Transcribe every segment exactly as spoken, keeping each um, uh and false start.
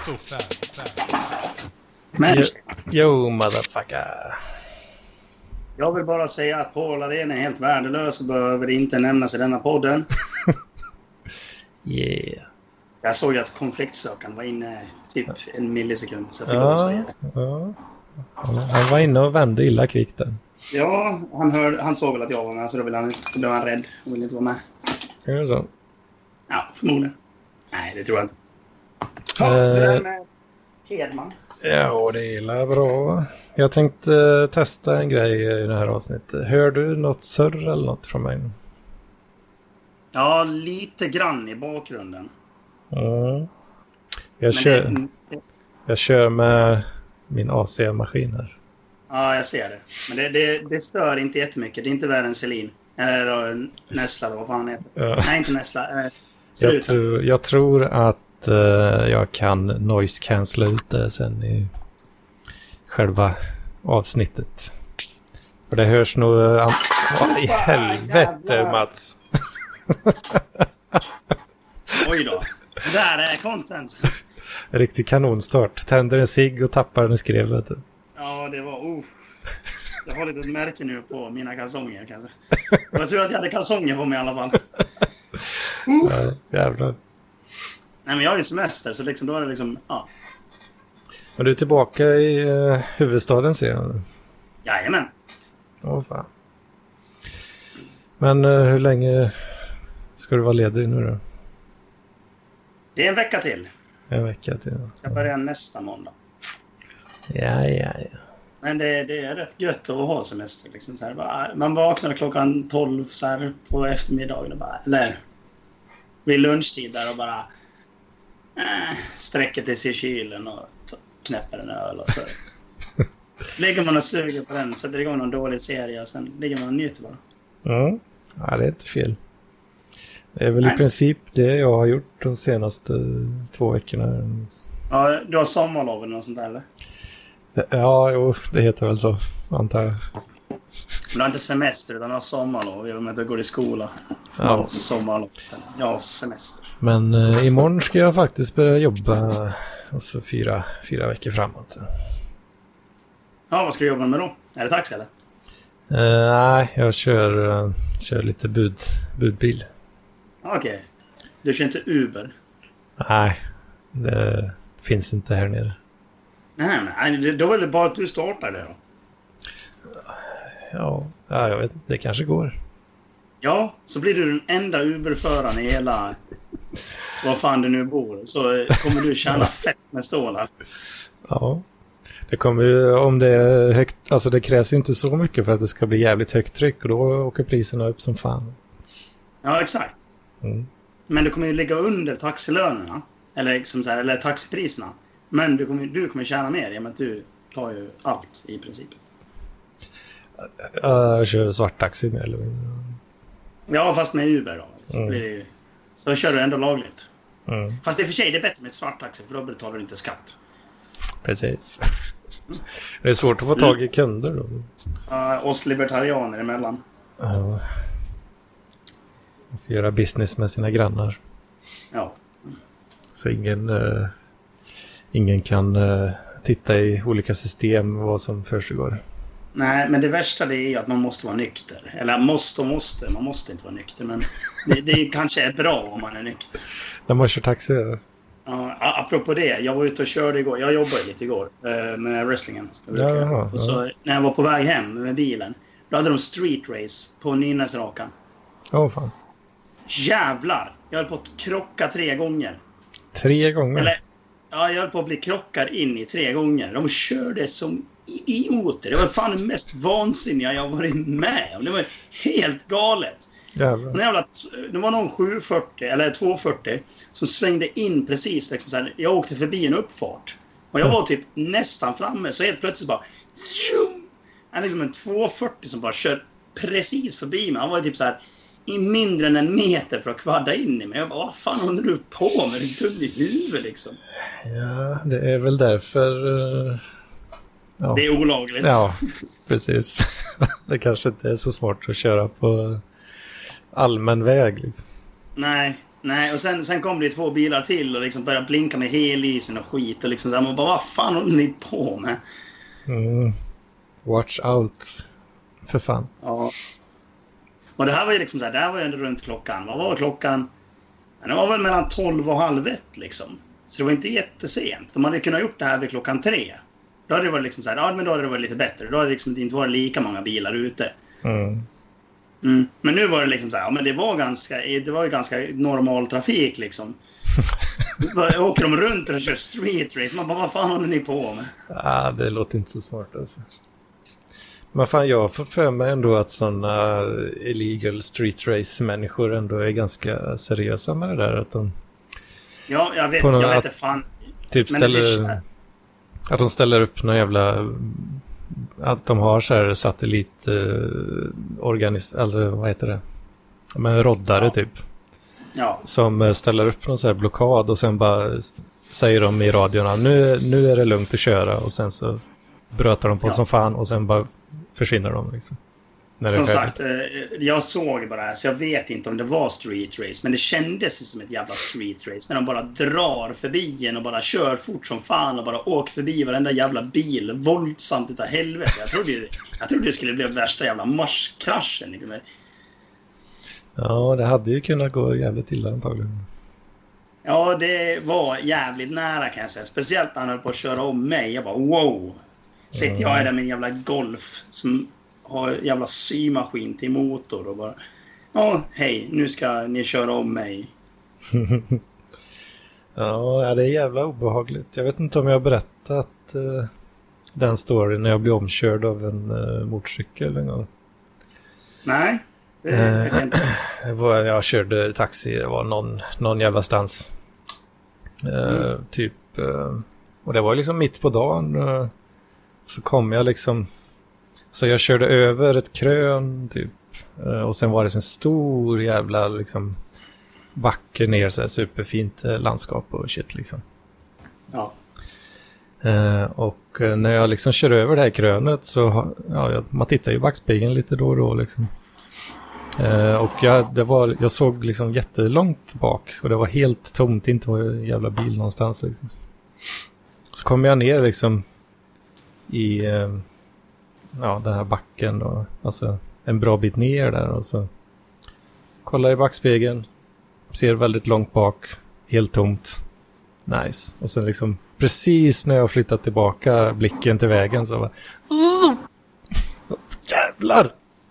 Men Yo, motherfucker. jag vill bara säga att Paul Arén är helt värdelös och behöver inte nämnas i denna podden. Yeah. Jag såg att konfliktsökaren var inne typ en millisekund, så jag fick Ja, lov att säga det. ja. Han var inne och vände illa kvickt där. Ja, han, hör, han såg väl att jag var med, så då, ville han, då blev han rädd och ville inte vara med. Är det så? Ja, förmodligen. Nej, det tror jag inte. Ja, Eh. det där med Hedman. Ja, det är bra. Jag tänkte uh, testa en grej i det här avsnittet. Hör du något surr eller något från mig? Ja, lite grann i bakgrunden. Mm. Jag, Men kör, det, jag kör med min A C-maskin här. ja, jag ser det. Men det, det, det stör inte jättemycket. Det är inte värre än Selin. Eller Nessla, då, vad fan heter det? Ja. Nej, inte Nessla. Eh, Jag, tror, jag tror att uh, jag kan noise cancella ut det sen i själva avsnittet. För det hörs nog... Uh, vad i helvete, Mats? Oj då. Det där är content. Riktig kanonstart. Tänder en cigg och tappar den i skrevet. Ja, det var... Uh. Jag har lite märke nu på mina kalsonger, kanske. Jag tror att jag hade kalsonger på mig i alla fall. Uh. Ja, jävlar. Nej, men jag har ju semester, så liksom, då är det liksom... Ja. Men du är tillbaka i uh, huvudstaden, ser jag. Jajamän. Åh, fan. Men uh, hur länge ska du vara ledig nu då? Det är en vecka till. En vecka till. Jag ska börja nästa måndag. Ja, ja, ja. Men det, det är rätt gött att ha semester. Liksom, så här, bara, man vaknar klockan tolv så här, på eftermiddagen. Och bara, eller vid lunchtid där och bara äh, sträcker till sig i kylen och t- knäpper en öl. Och så ligger man och suger på den, sätter igång någon dålig serie och sen ligger man och njuter bara. Mm. Ja, det är inte fel. Det är väl Nej. i princip det jag har gjort de senaste två veckorna. Ja, du har sommarlov eller något sånt där, eller? Ja, jo, det heter väl så, antar jag. Men du har inte semester utan du har sommarlov. Jag vet att du går i skola. Ja. Ja. Sommarlov istället. Jag har semester. Men eh, imorgon ska jag faktiskt börja jobba och så fyra, fyra veckor framåt. Ja, vad ska du jobba med då? Är det taxi eller? Eh, nej, jag kör, uh, kör lite bud, budbil. Okej. Okay. Du kör inte Uber? Nej, det finns inte här nere. Nej, men då är det bara att du startar det då. Ja, ja, jag vet inte. Det kanske går. Ja, så blir du den enda Uber-föraren i hela... Var fan du nu bor. Så kommer du tjäna fett med stålar. Ja. Det kommer ju, om det är högt... Alltså det krävs ju inte så mycket för att det ska bli jävligt högt tryck. Och då åker priserna upp som fan. Ja, exakt. Mm. Men du kommer ju ligga under taxilönerna. Eller, liksom så här, eller taxipriserna. Men du kommer, du kommer tjäna mer i och med att du tar ju allt i princip. Jag kör svarttaxi med eller mindre. Ja, fast med Uber då. Så, Mm. blir det ju, så kör du ändå lagligt. Mm. Fast det är för sig det är bättre med ett svarttaxi för då betalar du inte skatt. Precis. Det är svårt att få tag i kunder då. Uh, oss libertarianer emellan. Ja. Man får göra business med sina grannar. Ja. Så ingen, uh, ingen kan uh, titta i olika system vad som försiggår. Nej, men det värsta det är ju att man måste vara nykter. Eller måste och måste, man måste inte vara nykter. Men det, det kanske är bra om man är nykter. När man kör taxi? Uh, apropå det, jag var ute och körde igår. Jag jobbade lite igår uh, med wrestlingen. Ja, jaha, och så ja. när jag var på väg hem med bilen, då hade de street race på Nynäsrakan. Åh oh, fan. Jävlar! Jag höll på att krocka tre gånger. Tre gånger? Eller, ja, jag höll på att bli krockad in i tre gånger. De körde som idioter. Det var fan det mest vansinniga jag varit med om. Det var helt galet. Jävlar. Jävla, det var någon sjuhundrafyrtio eller tvåhundrafyrtio som svängde in precis liksom så här. Jag åkte förbi en uppfart. Och jag var typ nästan framme. Så helt plötsligt bara... Han liksom en tvåhundrafyrtio som bara kör precis förbi mig. Han var typ så här... i mindre än en meter för att kvadda in i mig. Jag bara, vad fan håller du på med? Du är dum i huvudet liksom. Ja, det är väl därför... Uh, ja. Det är olagligt. Ja, precis. Det kanske inte är så smart att köra på allmän väg liksom. Nej, Nej, och sen, sen kom det två bilar till och liksom började blinka med hellysen och skit. Och liksom så här, man bara, vad fan håller ni på med? Mm. Watch out. För fan. Ja. Och det här var ju liksom så här, det här var ju ändå runt klockan. Vad var klockan? Det var väl mellan tolv och halv ett liksom. Så det var inte jättesent. De hade kunnat gjort det här vid klockan tre. Då hade det varit liksom så här, ja men då hade det varit lite bättre. Då hade det liksom inte varit lika många bilar ute. Mm. Mm. Men nu var det liksom så här, ja men det var ganska, det var ju ganska normal trafik liksom. Åker de runt och kör street race? Man bara, vad fan håller ni på med? Ja, det låter inte så smart alltså. Men fan, jag får för mig ändå att sådana illegal street race-människor ändå är ganska seriösa med det där. Att de, ja, jag vet, jag vet inte fan. Typ ställer, att de ställer upp någon jävla... Att de har så här satellit... Eh, organis, alltså, vad heter det? Men roddare, ja. Typ. Ja. Som ställer upp någon så här blockad och sen bara säger de i radion nu, nu är det lugnt att köra och sen så brötar de på ja. Som fan och sen bara försvinner de liksom. När som sagt, jag såg bara här så jag vet inte om det var street race, men det kändes som ett jävla street race när de bara drar förbi en och bara kör fort som fan och bara åker förbi varenda jävla bil våldsamt utav helvete. Jag trodde, jag trodde det skulle bli värsta jävla marskraschen liksom. Ja, det hade ju kunnat gå jävligt illa antagligen. Ja, det var jävligt nära kan jag säga. Speciellt när han höll på att köra om mig. Jag bara, wow. Sitter jag där med en jävla Golf som har en jävla symaskin till motor och bara, ja, hej, nu ska ni köra om mig. Ja, det är jävla obehagligt. Jag vet inte om jag har berättat uh, den storyn när jag blev omkörd av en uh, motorcykel en gång. Nej. Uh, var, jag körde taxi, det var någon, någon jävla stans. Uh, mm. Typ, uh, och det var liksom mitt på dagen. Uh, så kom jag liksom, så jag körde över ett krön typ. Uh, och sen var det en stor jävla liksom backe ner, så här superfint uh, landskap och shit liksom. Ja. Uh, och uh, när jag liksom kör över det här krönet så, ja, jag, man tittar ju i backspegeln lite då och då liksom. Uh, och jag, det var, jag såg liksom jättelångt bak och det var helt tomt, inte var en jävla bil någonstans liksom. Så kom jag ner liksom i uh, ja, den här backen då, alltså en bra bit ner där och så kollar i backspegeln, ser väldigt långt bak, helt tomt, nice. Och sen liksom precis när jag flyttat tillbaka blicken till vägen så var jävlar!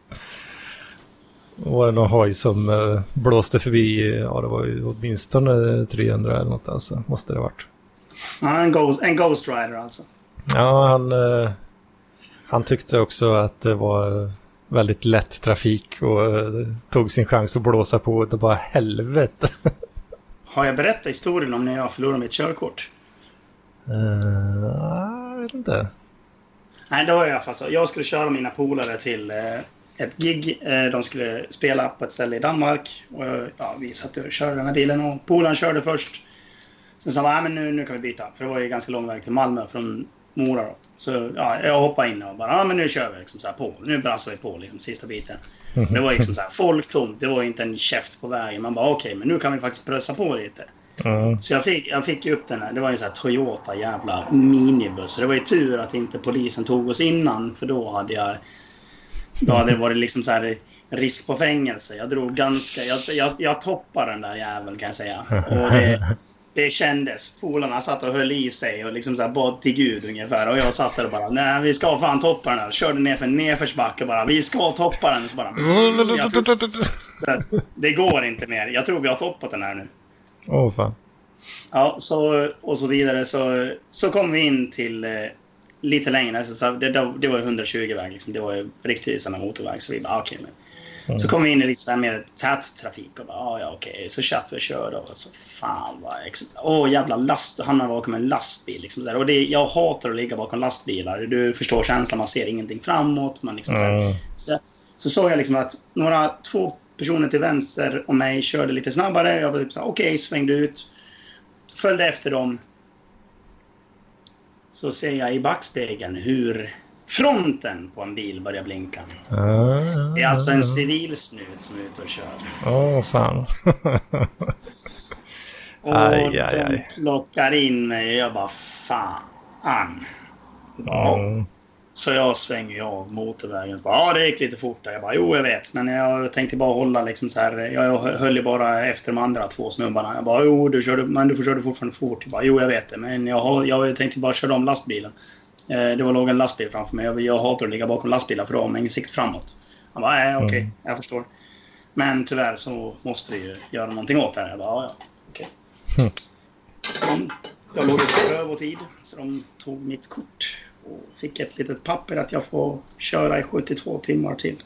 Och var det någon hoj som uh, blåste förbi, ja det var ju åtminstone trehundra eller något alltså, måste det ha varit. Ja, en, ghost, en Ghost Rider alltså. Ja, han, uh, han tyckte också att det var väldigt lätt trafik och uh, tog sin chans att blåsa på och det bara helvete. Har jag berättat historien om när jag förlorade mitt körkort? Uh, jag vet inte. Nej, det var i alla fall så. Jag skulle köra mina polare till... Uh, ett gig, de skulle spela på ett ställe i Danmark och ja, vi satt och körde den här bilen och polaren körde först. Sen sa han, men nu, nu kan vi byta, för det var ju ganska lång väg till Malmö från Mora då. Så ja, jag hoppade in och bara, ja men nu kör vi liksom så här på, nu brassar vi på liksom sista biten. Det var liksom så här folktomt, det var inte en käft på vägen, man bara okej, okay, men nu kan vi faktiskt pressa på lite. Mm. Så jag fick, jag fick ju upp den här, det var ju så här Toyota jävla minibuss, så det var ju tur att inte polisen tog oss innan, för då hade jag Då hade det varit liksom så här risk på fängelse. Jag drog ganska... Jag, jag, jag toppade den där jäveln kan jag säga. Och det, det kändes. Polarna satt och höll i sig och liksom så här bad till Gud ungefär. Och jag satt där och bara, nej vi ska fan toppa den här. Körde ner för en nedförsbacke bara, vi ska toppa den. Så bara, tror, det går inte mer. Jag tror vi har toppat den här nu. Åh oh, fan. Ja, så, och så vidare. Så, så kom vi in till... lite längre, så det, det var ju hundratjugo väg liksom. Det var ju riktigt sådana motorväg, så vi bara okej okay, mm. Så kom vi in i lite så här mer tät trafik och bara ah, ja okej, okay. Så chatt vi körde och så fan vad åh jävla last, han har bakom en lastbil liksom där. Och det, jag hatar att ligga bakom lastbilar, du förstår känslan, man ser ingenting framåt, man liksom mm. så, så, så såg jag liksom att några två personer till vänster och mig körde lite snabbare, jag var typ så okej, okay, svängde ut, följde efter dem. Så ser jag i backspegeln hur fronten på en bil börjar blinka. Ah, det är alltså en civil snut som är ute och kör. Åh, oh, fan. Och aj, aj, de aj. plockar in mig och jag bara, fan. Ja. Mm. Så jag svänger av motorvägen. Ja, det gick lite fort där. Jag bara, jo jag vet. Men jag tänkte bara hålla liksom så här. Jag höll ju bara efter de andra två snubbarna. Jag bara, jo du körde, men du körde fortfarande fort. Jag bara, jo jag vet det. Men jag, jag tänkte bara köra om lastbilen. Det var låg en lastbil framför mig. Jag, jag hatar att ligga bakom lastbilar för då har man ingen sikt framåt. Jag bara, nej okej, okay, mm. jag förstår. Men tyvärr så måste vi ju göra någonting åt det här. Jag bara, ja okej. Okay. Mm. Jag låg i prövotid så de tog mitt kort. Och fick ett litet papper att jag får köra i sjuttiotvå timmar till.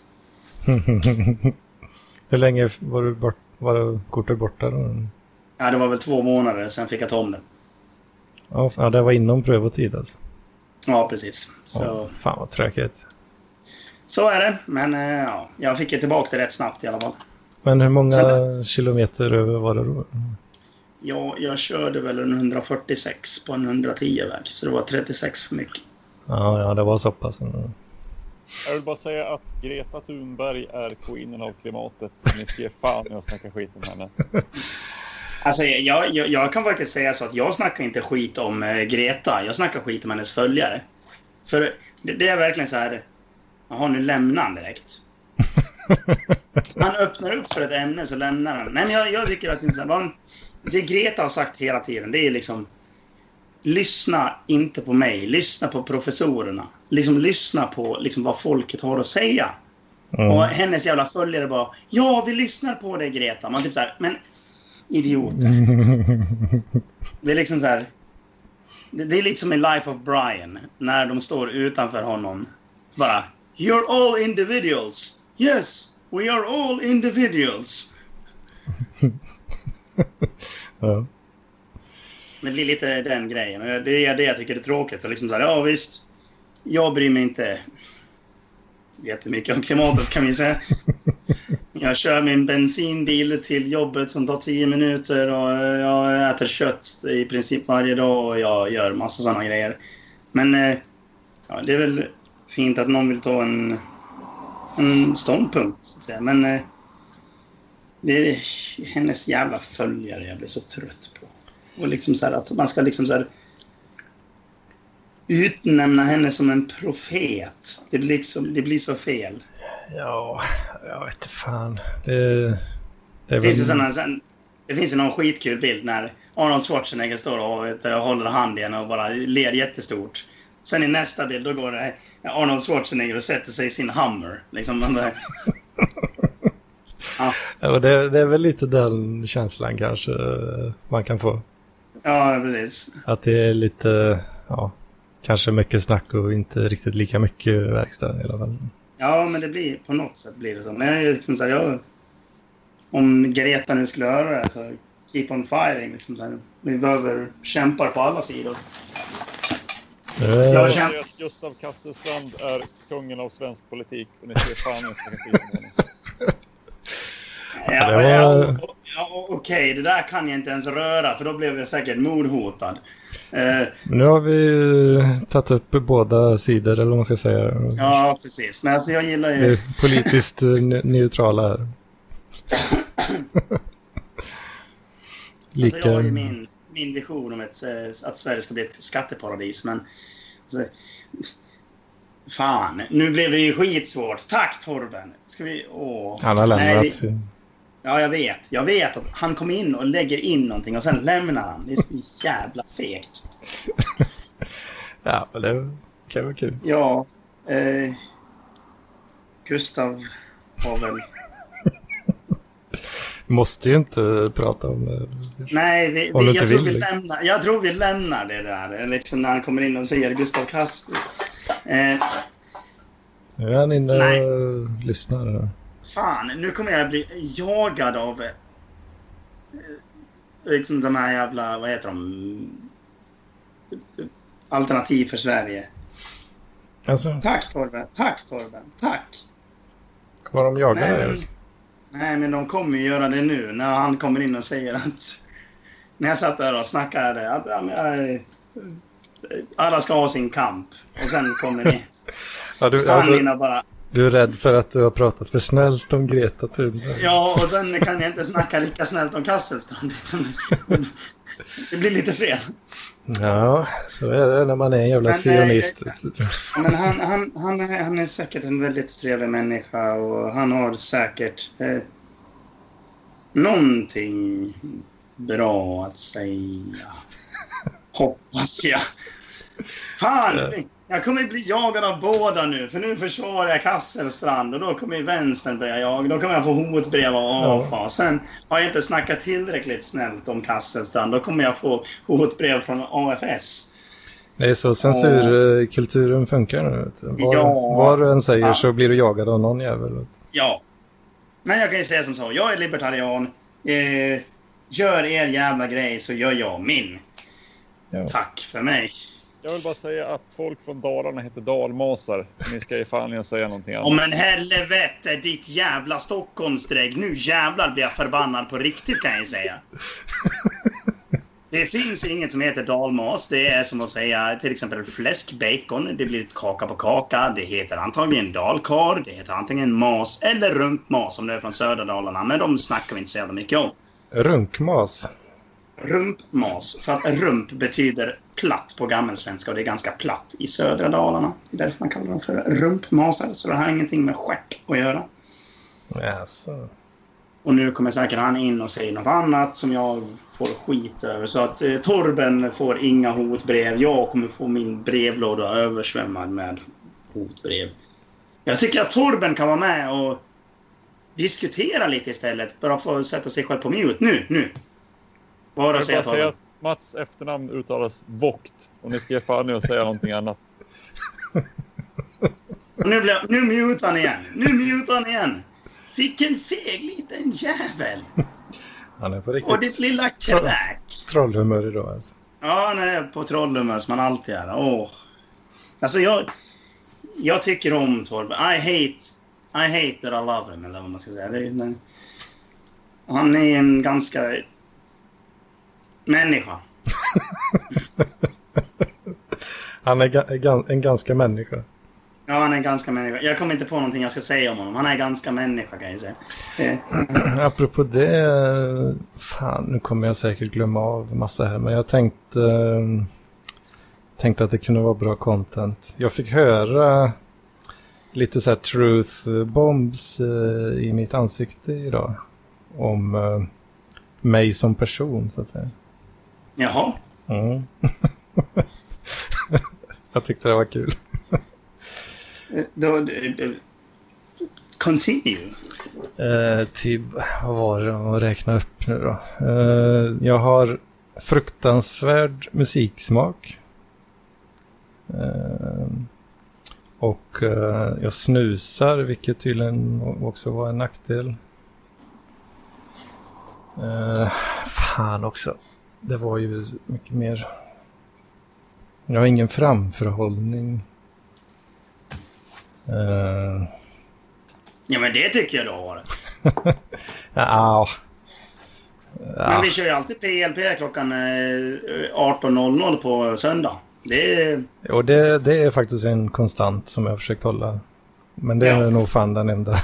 Hur länge var du bort, var kortet borta då? Ja, det var väl två månader, sen fick jag ta om det. Ja, det var inom prövotid alltså. Ja, precis. Så... Ja, fan vad tråkigt. Så är det, men ja, jag fick ju tillbaka det rätt snabbt i alla fall. Men hur många sen... kilometer över var det då? Ja, jag körde väl en hundrafyrtiosex på en hundratio-väg, så det var trettiosex för mycket. Ja, ja, det var så pass. Jag vill bara säga att Greta Thunberg är queenen av klimatet. Ni ska ge fan när jag snackar skit om henne. Alltså, jag, jag, jag kan faktiskt säga så att jag snackar inte skit om eh, Greta. Jag snackar skit om hennes följare. För det, det är verkligen så här... Jaha, nu lämnar han direkt. Han öppnar upp för ett ämne så lämnar han. Men jag, jag tycker att det, det Greta har sagt hela tiden, det är liksom... Lyssna inte på mig. Lyssna på professorerna. Liksom lyssna på liksom, vad folket har att säga. Mm. Och hennes jävla följare bara, ja, vi lyssnar på dig, Greta. Man typ så här, men idioter. Det är liksom så här. Det, det är lite som i Life of Brian. När de står utanför honom. Så bara, you're all individuals. Yes, we are all individuals. Ja. Det blir lite den grejen. Det är det jag tycker är tråkigt. För liksom så här, ja visst, jag bryr mig inte jättemycket om klimatet kan vi säga. Jag kör min bensinbil till jobbet som tar tio minuter och jag äter kött i princip varje dag och jag gör massa sådana grejer. Men ja, det är väl fint att någon vill ta en, en ståndpunkt så att säga. Men det är hennes jävla följare jag blir så trött på. Och liksom så här att man ska liksom så här utnämna henne som en profet. Det blir, liksom, det blir så fel. Ja, jag vet inte fan. Det, det, det finns ju sådana, det finns ju någon skitkul bild när Arnold Schwarzenegger står och, vet, och håller hand och bara ler jättestort. Sen i nästa bild då går det Arnold Schwarzenegger och sätter sig i sin Hummer. Liksom man bara... Ja, ja det, det är väl lite den känslan kanske man kan få. Ja, precis. Att det är lite, ja, kanske mycket snack och inte riktigt lika mycket verkstad i alla fall. Ja, men det blir, på något sätt blir det så. Men jag liksom så här, jag, om Greta nu skulle höra det så keep on firing liksom så här. Vi behöver kämpa på alla sidor. Äh. Jag känner att Gustav Kasselstrand är kungen av svensk politik och ni ser fan inte skit om honom. Ja, det var... ja, ja, okej, det där kan jag inte ens röra för då blev jag säkert mordhotad. Eh, nu har vi tagit upp båda sidor eller vad man ska säga. Ja, precis. Men alltså jag gillar ju... Det är politiskt neutrala här. Lika... Alltså jag har ju min, min vision om ett, att Sverige ska bli ett skatteparadis, men... Alltså, fan, nu blev det ju skitsvårt. Tack Torben. Ska vi... Åh. Han har lämnat... Nej, vi... Ja, jag vet. Jag vet att han kommer in och lägger in någonting och sen lämnar han. Det är så jävla fegt. Ja, men det kan vara kul. Ja. Eh, Gustav har väl... Måste ju inte prata om det. Nej, vi, vi, jag, tror vi lämnar, jag tror vi lämnar det där. Liksom när han kommer in och säger Gustav Kast. Eh, nu är han inne nej. och lyssnar. Fan, nu kommer jag bli jagad av eh, liksom de här jävla, vad heter de? Alternativ för Sverige. Alltså. Tack Torben, tack Torben, tack. Kommer de jaga nej, dig? Men, nej, men de kommer ju göra det nu när han kommer in och säger att när jag satt där och snackade att ja, jag, alla ska ha sin kamp och sen kommer ni. Ja, du, han alltså... mina bara Du är rädd för att du har pratat för snällt om Greta Thunberg. Ja, och sen kan jag inte snacka lika snällt om Kasselstrand. Det blir lite fel. Ja, så är det när man är en jävla men, sionist. Men han, han, han, är, han är säkert en väldigt trevlig människa och han har säkert eh, någonting bra att säga. Hoppas jag. Fan! Jag kommer bli jagad av båda nu, för nu försvarar jag Kasselstrand och då kommer vänstern börja jaga. Då kommer jag få hotbrev av A F A. Sen har jag inte snackat tillräckligt snällt om Kasselstrand. Då kommer jag få hotbrev från A F S. Det är så censurkulturen funkar nu. Var, ja, var du än säger ja. Så blir du jagad av någon jävel. Ja. Men jag kan ju säga som så. Jag är libertarian. Eh, gör er jävla grej så gör jag min. Ja. Tack för mig. Jag vill bara säga att folk från Dalarna heter dalmasar. Ni ska ju fan ju säga någonting annat. Åh men helvete, ditt jävla Stockholmsdrägg. Nu jävlar blir jag förbannad på riktigt kan jag säga. Det finns inget som heter dalmas. Det är som att säga till exempel fläskbacon. Det blir ett kaka på kaka. Det heter antagligen dalkar. Det heter antingen mas eller rumpmas om det är från södra Dalarna. Men de snackar vi inte så jävla mycket om. Runkmas? Rumpmas. För att rump betyder platt på gammelsvenska och det är ganska platt i södra Dalarna. Det är därför man kallar dem för rumpmasar. Så det har ingenting med stjärt att göra. Yes. Och nu kommer säkert han in och säger något annat som jag får skit över. Så att eh, Torben får inga hotbrev. Jag kommer få min brevlåda översvämmad med hotbrev. Jag tycker att Torben kan vara med och diskutera lite istället. Bara få sätta sig själv på mute. Nu, nu. Bara jag säga bara säga att Mats efternamn uttalas Vogt. Och ni ska ge fan nu och säga någonting annat. Och nu, blev, nu mutar han igen. Nu mutar han igen. Vilken feg liten jävel. Han är på riktigt. Och ditt lilla kräk. Trollhumör idag alltså. Ja, han är på trollhumör som man alltid är. Åh. Alltså jag... Jag tycker om Torben. I hate... I hate that I love him. Eller vad man ska säga. Det är, men, han är en ganska... Människa. Han är ga- en ganska människa. Ja, han är ganska människa. Jag kommer inte på någonting jag ska säga om honom. Han är ganska människa kan jag säga. Eh. Apropå det... Fan, nu kommer jag säkert glömma av massa här. Men jag tänkte... Eh, tänkte att det kunde vara bra content. Jag fick höra lite så här truth bombs eh, i mitt ansikte idag. Om eh, mig som person, så att säga. Jaha. Mm. Jag tyckte det var kul. Då, continue. Eh, typ, vad var det att räkna upp nu då? Eh, jag har fruktansvärd musiksmak. Eh, och eh, jag snusar, vilket tydligen också var en nackdel. Eh, fan också. Det var ju mycket mer. Jag har ingen framförhållning. Uh... Ja, men det tycker jag du har. ja. Men vi kör ju alltid P L P klockan arton noll noll på söndag. Det är... Jo, det, det är faktiskt en konstant som jag har försökt hålla. Men det är ja. nog fan den enda.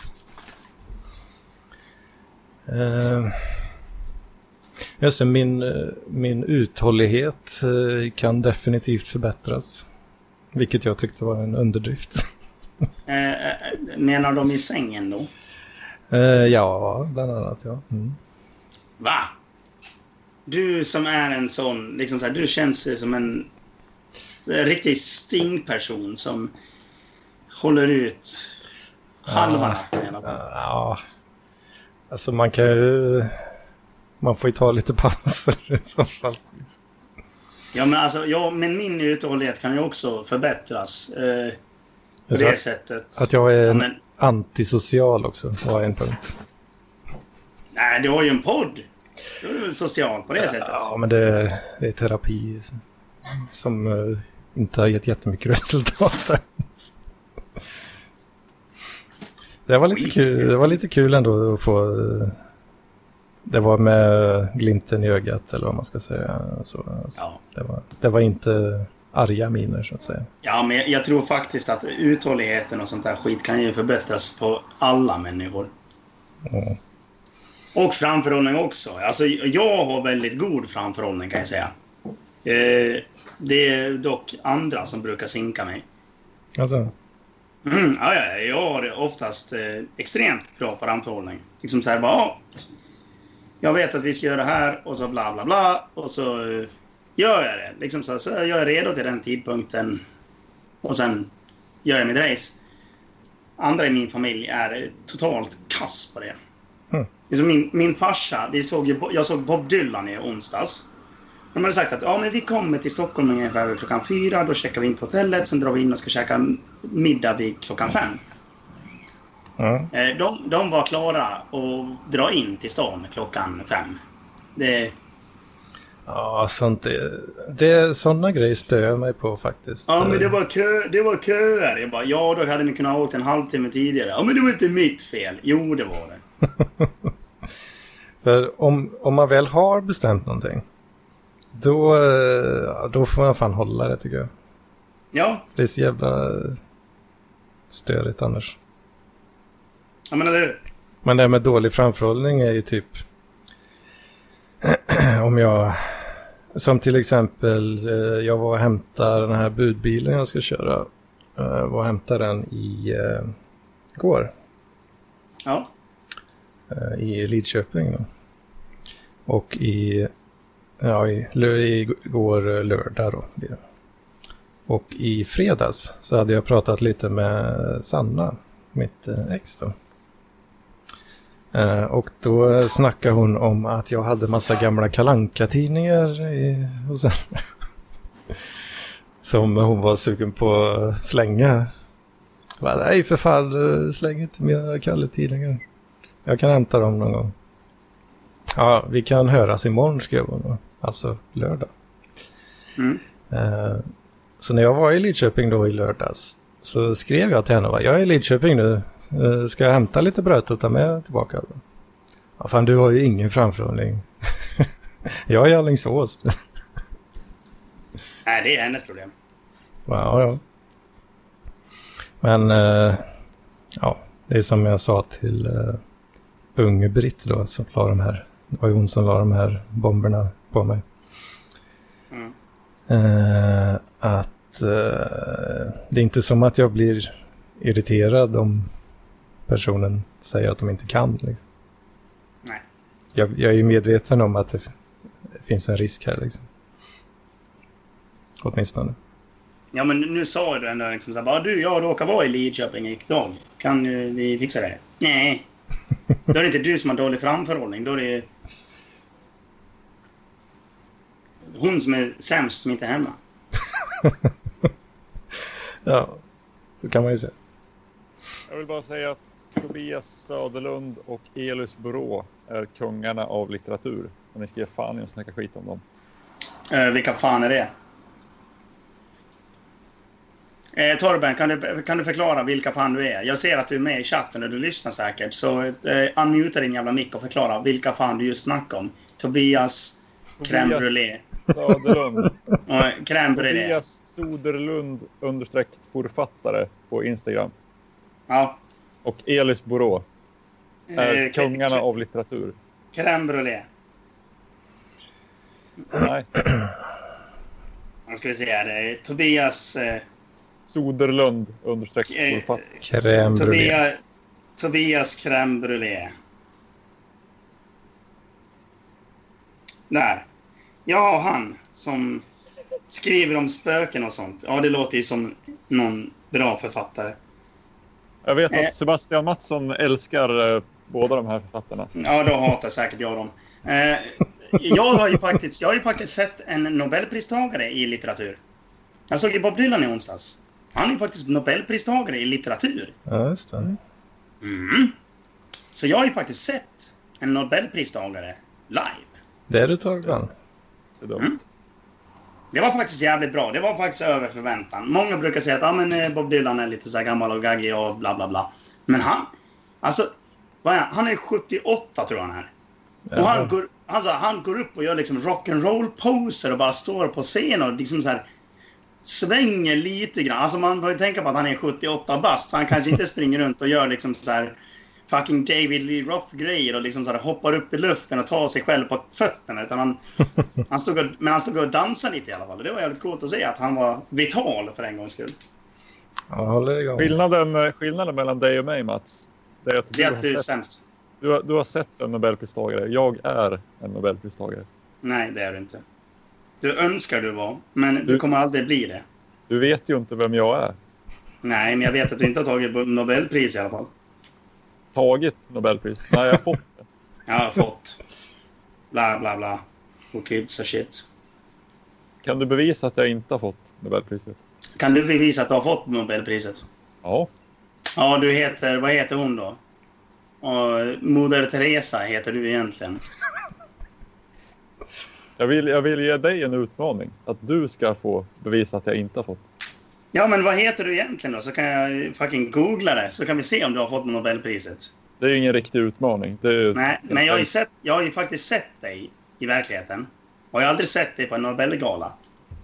uh... Just det, min, min uthållighet kan definitivt förbättras. Vilket jag tyckte var en underdrift. Eh, menar de i sängen då? Eh, ja, bland annat, ja. Mm. Va? Du som är en sån, liksom så här, du känns som en, en riktig stingperson som håller ut halva natten i alla fall. Ja, alltså man kan ju, man får ju ta lite pauser i så fall. Ja, men alltså, ja, men min uthållighet kan ju också förbättras eh, på det att, sättet. Att jag är ja, men... antisocial också, var en punkt. Nej, du har ju en podd. Du är väl social på det ja, sättet. Ja, men det, det är terapi som uh, inte har gett jättemycket resultat. Det var lite kul, det var lite kul ändå att få... Uh, det var med glimten i ögat, eller vad man ska säga. Så, alltså, ja. det, var, det var inte arga miner så att säga. Ja, men jag, jag tror faktiskt att uthålligheten och sånt där skit kan ju förbättras på alla människor. Mm. Och framförhållning också. Alltså, jag har väldigt god framförhållning kan jag säga. Eh, det är dock andra som brukar sinka mig. Alltså. Mm, ja, ja, jag har oftast eh, extremt bra framförhållning. Liksom så här bara, ja, jag vet att vi ska göra det här och så bla bla bla och så eh, gör jag det. Liksom så, så jag är redo till den tidpunkten och sen gör jag mitt race. Andra i min familj är totalt kass på det. Mm. Liksom min, min farsa, vi såg ju, jag såg Bob Dylan i onsdags. De hade sagt att ja, men vi kommer till Stockholm ungefär klockan fyra, då checkar vi in på hotellet, sen drar vi in och ska käka middag vid klockan fem. Mm. De, de var klara att dra in till stan klockan fem. Det... Ja, sånt det, det, sådana grejer stör jag mig på faktiskt. Ja, men det var, kö, det var köer. Jag bara, ja, då hade ni kunnat åka en halvtimme tidigare. Ja, men det var inte mitt fel. Jo, det var det. För om, om man väl har bestämt någonting, då, då får man fan hålla det tycker jag. Ja. Det är så jävla störigt annars. Ja, men eller hur? Men det med dålig framförhållning är ju typ om jag, som till exempel jag var och hämtade den här budbilen jag ska köra, var och hämtade den i uh, går. Ja. Uh, i Lidköping då. Och i ja, i, i går lördag då. Och i fredags så hade jag pratat lite med Sanna, mitt ex då. Uh, och då snackade hon om att jag hade massa gamla Kalle Anka-tidningar i, och sen, som hon var sugen på att slänga. Jag bara, nej för fan, släng inte mina Kalle-tidningar. Jag kan hämta dem någon gång. Ja, vi kan höras imorgon, skrev hon då. Alltså lördag. Mm. Uh, så när jag var i Lidköping då i lördags så skrev jag till henne, va? Jag är i Lidköping nu. Ska jag hämta lite bröd och ta med tillbaka? Ja, fan, du har ju ingen framförhållning. Jag är i Alingsås. Nej, det är hennes problem. Ja, ja. Men, uh, ja, det är som jag sa till uh, unge Britt då, som la de här, det var ju hon som la de här bomberna på mig. Mm. Uh, att Uh, det är inte som att jag blir irriterad om personen säger att de inte kan. Liksom. Nej. Jag, jag är ju medveten om att det, f- det finns en risk här. Liksom. Åtminstone. Ja, men nu sa du ändå liksom så här, du, jag råkar vara i Lidköping idag. Kan uh, vi fixa det? Nej. Då är det inte du som har dålig framförhållning. Då är det hon som är sämst som inte är hemma. Ja, så kan man ju säga. Jag vill bara säga att Tobias Söderlund och Elis Burå är kungarna av litteratur. Och ni ska ge fan i att snacka skit om dem. Uh, vilka fan är det? Eh, Torben, kan du, kan du förklara vilka fan du är? Jag ser att du är med i chatten och du lyssnar säkert. Så eh, unmuta din jävla mick och förklara vilka fan du just snackar om. Tobias, crème brûlée. Söderlund. Och crème brûlée. Tobias Soderlund understreck författare på Instagram. Ja. Och Elis Burå är Eh, kungarna av litteratur. Crème brûlée. Nej. Man ska vi se här. Tobias... Eh, Soderlund understreck författare. Crème brûlée. Tobias, Tobias crème brûlée. Där. Ja, han som skriver om spöken och sånt. Ja, det låter ju som någon bra författare. Jag vet Eh. att Sebastian Mattsson älskar eh, båda de här författarna. Ja, då hatar säkert jag dem. Eh, jag har ju faktiskt, jag har ju faktiskt sett en Nobelpristagare i litteratur. Jag såg ju Bob Dylan i onsdags. Han är ju faktiskt Nobelpristagare i litteratur. Ja, just det. Mm. Så jag har ju faktiskt sett en Nobelpristagare live. Det är du Torben. Det är dumt. Mm. Det var faktiskt jävligt bra. Det var faktiskt över förväntan. Många brukar säga att ah, men Bob Dylan är lite så här gammal och gaggig och bla bla bla. Men han, alltså, vad är han? Han är sjuttioåtta tror jag han är. Ja. Och han går, alltså, han går upp och gör liksom rock'n'roll poser och bara står på scen och liksom så här svänger lite grann. Alltså man får ju tänka på att han är sjuttioåtta bast. Så han kanske inte springer runt och gör liksom så här fucking David Lee Roth-grejer och liksom så här hoppar upp i luften och tar sig själv på fötterna. Utan han, han stod och, men han stod och dansade lite i alla fall. Det var jävligt coolt att se att han var vital för en gångs skull. Ja, håller igång. Skillnaden, skillnaden mellan dig och mig, Mats, det är att Det är du, att du är sett, sämst. du, har, du har sett en Nobelpristagare. Jag är en Nobelpristagare. Nej, det är du inte. Du önskar du var, men du, Du- kommer aldrig bli det. Du vet ju inte vem jag är. Nej, men jag vet att du inte har tagit Nobelpris i alla fall. Tagit Nobelpris. Nej, jag har fått det. Jag har fått. Bla, bla, bla. Who gives a shit. Kan du bevisa att jag inte har fått Nobelpriset? Kan du bevisa att du har fått Nobelpriset? Ja. Ja, du heter... Vad heter hon då? Och Moder Teresa heter du egentligen. Jag vill, jag vill ge dig en utmaning. Att du ska få bevisa att jag inte har fått. Ja, men vad heter du egentligen då? Så kan jag fucking googla det. Så kan vi se om du har fått Nobelpriset. Det är ju ingen riktig utmaning. Det är, Nej, men jag har, ju sett, jag har ju faktiskt sett dig i verkligheten. Och jag har aldrig sett dig på en Nobelgala.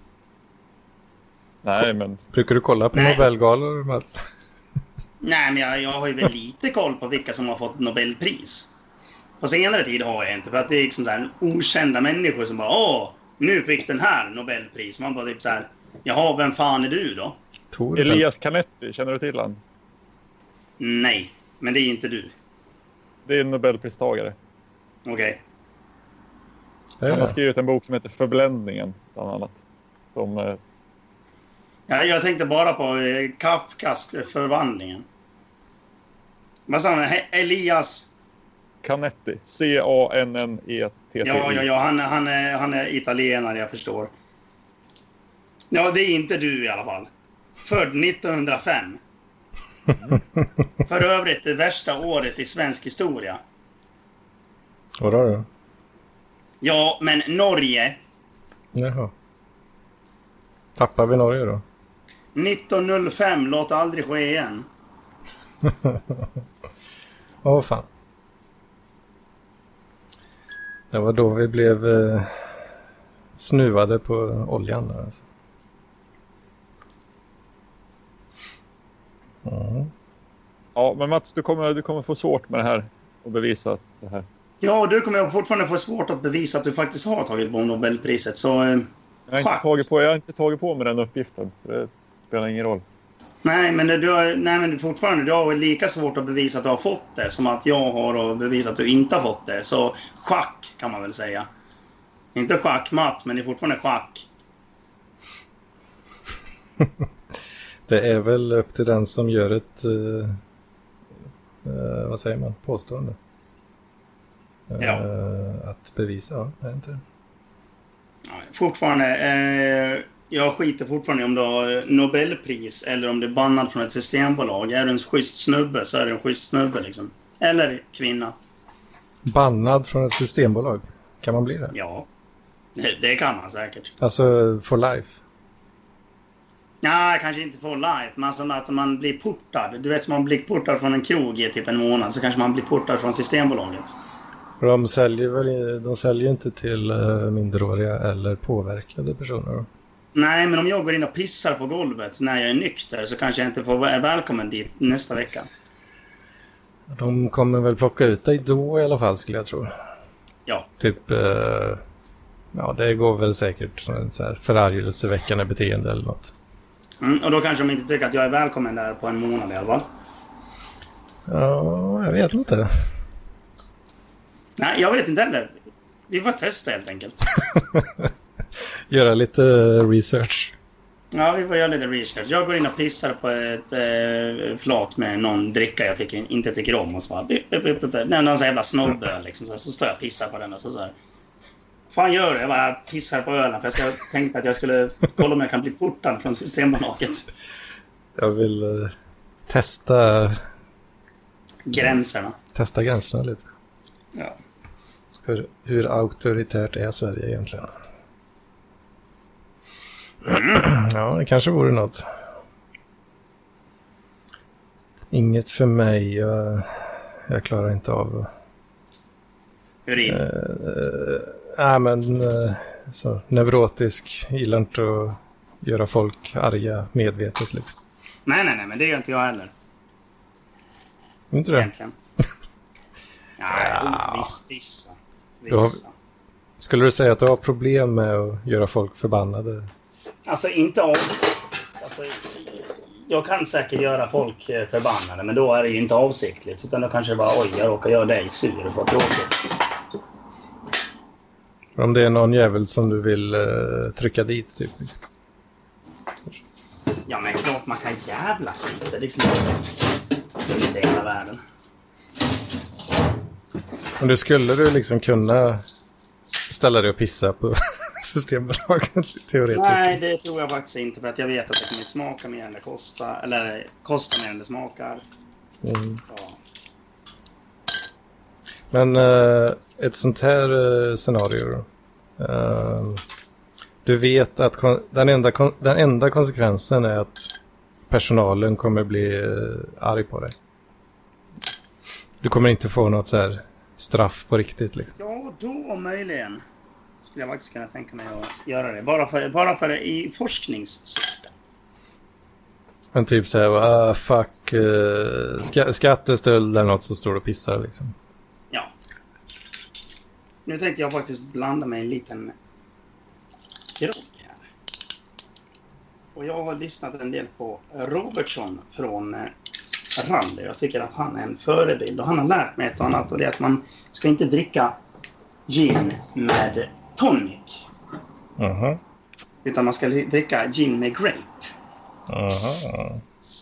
Nej, men Brukar du kolla på Nej. Nobelgalor, Mats? Nej, men jag, jag har ju väl lite koll på vilka som har fått Nobelpris. På senare tid har jag inte, för att det är liksom så här okända människor som bara åh, nu fick den här Nobelpris. Man bara typ så här, jaha, vem fan är du då? Tor, Elias Canetti, känner du till han? Nej, men det är inte du. Det är en Nobelpristagare. Okej. Ja, Han har ja. skrivit en bok som heter Förbländningen, bland annat. Som, eh, Ja, jag tänkte bara på eh, Kafkas förvandlingen. Vad sa han? He- Elias... Canetti. C A N N E T T I. Ja, ja, ja, han, han, är, han är italienare, jag förstår. Ja, det är inte du i alla fall. Född nittonhundrafem. För övrigt det värsta året i svensk historia. Vadå då? Ja, men Norge, Jaha. Tappar vi Norge då? nittonhundrafem, låt aldrig ske igen. Åh fan. Det var då vi blev eh, snuvade på oljan där, alltså. Mm. Ja, men Mats, du kommer, du kommer få svårt med det här och bevisa det här. Ja, du kommer fortfarande få svårt att bevisa att du faktiskt har tagit på Nobelpriset, så... Eh, Jag har, inte Schack. tagit på, jag har inte tagit på mig den uppgiften, så det spelar ingen roll. nej, men du har, nej, men fortfarande, du har lika svårt att bevisa att du har fått det som att jag har att bevisa att du inte har fått det. Så schack kan man väl säga. Inte schackmatt, men det är fortfarande schack. Det är väl upp till den som gör ett eh, eh, vad säger man? Påstående. Eh, Ja. Att bevisa, ja, är inte det? Ja, fortfarande, eh, jag skiter fortfarande om du har Nobelpris eller om du är bannad från ett systembolag. Är du en schysst snubbe så är du en schysst snubbe liksom. Eller kvinna. Bannad från ett systembolag. Kan man bli det? Ja, det, det kan man säkert. Alltså for life. Ja, kanske inte för life, men alltså att man blir portad. Du vet, som man blir portad från en krog i typ en månad, så kanske man blir portad från Systembolaget. För de säljer väl de säljer inte till uh, minderåriga eller påverkade personer då? Nej, men om jag går in och pissar på golvet när jag är nykter så kanske jag inte får vara välkommen dit nästa vecka. De kommer väl plocka ut dig då i alla fall, skulle jag tro. Ja. Typ, uh, ja, det går väl säkert så här förargelseväckande beteende eller något. Mm, och då kanske de inte tycker att jag är välkommen där på en månad i alla fall. Ja, jag vet inte. Nej, jag vet inte heller. Vi får testa helt enkelt. Göra lite research. Ja, vi får göra lite research. Jag går in och pissar på ett eh, flak med någon dricka jag tycker, inte tycker om. Och så bara... Bip, bip, bip, bip. Nej, någon sån jävla snobbe liksom. Så, så står jag och pissar på den och så så här. Fan gör det? Jag bara pissar på ölen. För jag ska, tänkte att jag skulle kolla om jag kan bli portad från Systembolaget. Jag vill uh, testa... Gränserna. Testa gränserna lite. Ja. Hur, hur auktoritärt är Sverige egentligen? Ja, det kanske vore något. Inget för mig. Jag, jag klarar inte av... Urin. Nej, uh, uh, men uh, så neurotisk. Gillar inte att göra folk arga medvetet liksom. Nej, nej, nej, men det gör inte jag heller. Inte det? Egentligen. Nej, Ja. viss, vissa. Du har- Vissa. Skulle du säga att du har problem med att göra folk förbannade? Alltså inte av... Alltså, jag kan säkert göra folk eh, förbannade, men då är det ju inte avsiktligt. Utan då kanske det bara, oj, jag råkar göra dig sur på tråkigt. Om det är någon jävel som du vill uh, trycka dit typ. Ja, men klart man kan jävlas lite. Det är liksom inte hela världen. Men du skulle du liksom kunna ställa dig och pissa på Systembolaget teoretiskt? Nej, det tror jag faktiskt inte. För att jag vet att det kommer smaka mer än det kostar. Eller kosta mer än det smakar. Mm. Ja. Men uh, ett sånt här uh, scenario uh, du vet att kon- den, enda kon- den enda konsekvensen är att personalen kommer bli uh, arg på dig. Du kommer inte få något så här straff på riktigt liksom. Ja, då möjligen skulle jag faktiskt kunna tänka mig att göra det. Bara för, bara för det i forskningssyfte. Men typ så här, ah, fuck, uh, ska- skattestöld eller något så står du och pissar liksom. Ja. Nu tänkte jag faktiskt blanda mig en liten grogg här. Och jag har lyssnat en del på Robertsson från eh, Rally. Jag tycker att han är en förebild och han har lärt mig ett och annat. Och det är att man ska inte dricka gin med tonic. Aha. Utan man ska dricka gin med grape. Aha.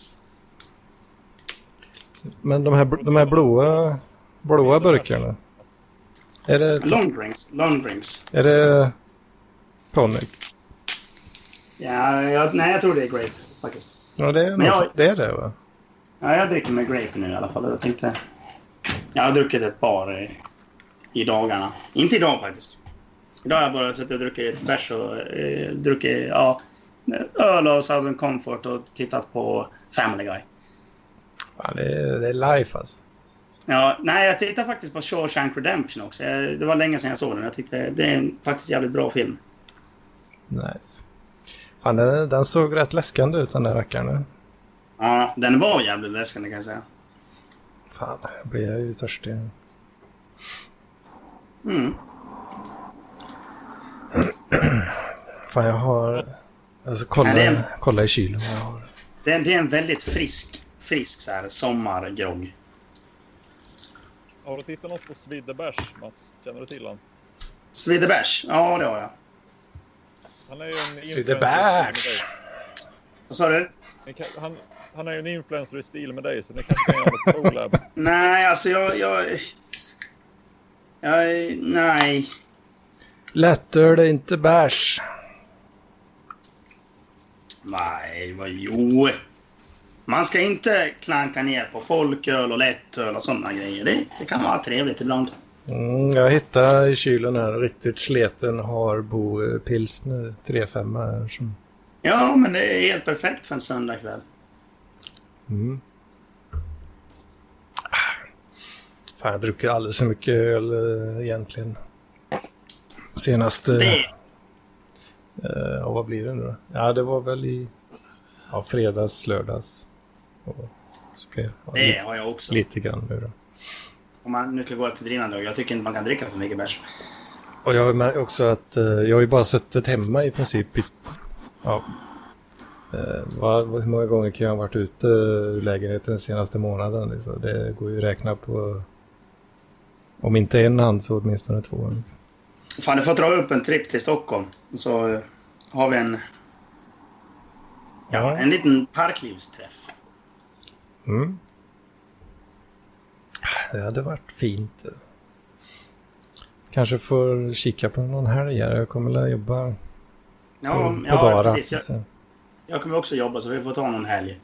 Men de här, de här blåa, blåa burkarna, är det, Long drinks. Long drinks. är det tonic? Ja, jag, nej, jag tror det är grape faktiskt. Ja, det är, Men nog, jag- det är det va? Ja, jag dricker med grape nu i alla fall. Jag tänkte... Jag har druckit ett par i, i dagarna. Inte idag faktiskt. Idag har jag bara suttit och druckit bärs och eh, druckit ja, öl och Southern Comfort och tittat på Family Guy. Ja, det är, det är life alltså. Ja, nej, jag tittar faktiskt på Shawshank Redemption också. Jag, det var länge sedan jag såg den. Jag tyckte det är en faktiskt jävligt bra film. Nice. Fan, den, den såg rätt läskande ut den där rackaren. Ja, den var jävligt läskande kan jag säga. Fan, jag blir ju törstig. Mm. Fan, jag har... Alltså, kolla, Nej, det är en- kolla i kylen. Jag har. Det, är, det är en väldigt frisk, frisk så här, sommargrogg. Har du tittat något på Svidebärs, Mats? Känner du till han? Svidebärs, ja det har jag. Han är ju en Svidebärs! influencer i stil Vad sa du? med dig. Ni kan- Han, han är ju en influencer i stil med dig, så ni kanske kan göra något collab. Nej, alltså jag... jag, jag nej. Lättöl är inte bärs. Nej, vad jo. Man ska inte klanka ner på folköl och lättöl och sådana grejer. Det, det kan vara trevligt ibland. Mm, jag hittade i kylen här en riktigt sleten Harbo pilsner tre fem här som... Ja, men det är helt perfekt för en söndagkväll. Mm. Fan, jag druckit alldeles för mycket öl äh, egentligen. Senast... Äh, Det, äh, och vad blir det nu då? Ja, det var väl i ja, fredags, lördags. Och så blev ja, det lite, har jag också. lite grann nu då. Om man nu ska gå till drivande, jag tycker inte man kan dricka för mycket bärs. Och jag har märkt också att äh, jag har ju bara suttit hemma i princip i, ja, äh, vad, vad, hur många gånger kan jag ha varit ute ur lägenheten den senaste månaden liksom. Det går ju att räkna på om inte en hand så åtminstone två liksom. Fan, du får dra upp en tripp till Stockholm. Så eh, har vi en... Ja, Ja. en liten parklivsträff. Mm. Det hade varit fint. Kanske får kika på någon helg här. Jag kommer att jobba Ja, på, på ja Dara, precis. Jag, så. jag kommer också jobba så vi får ta någon helg.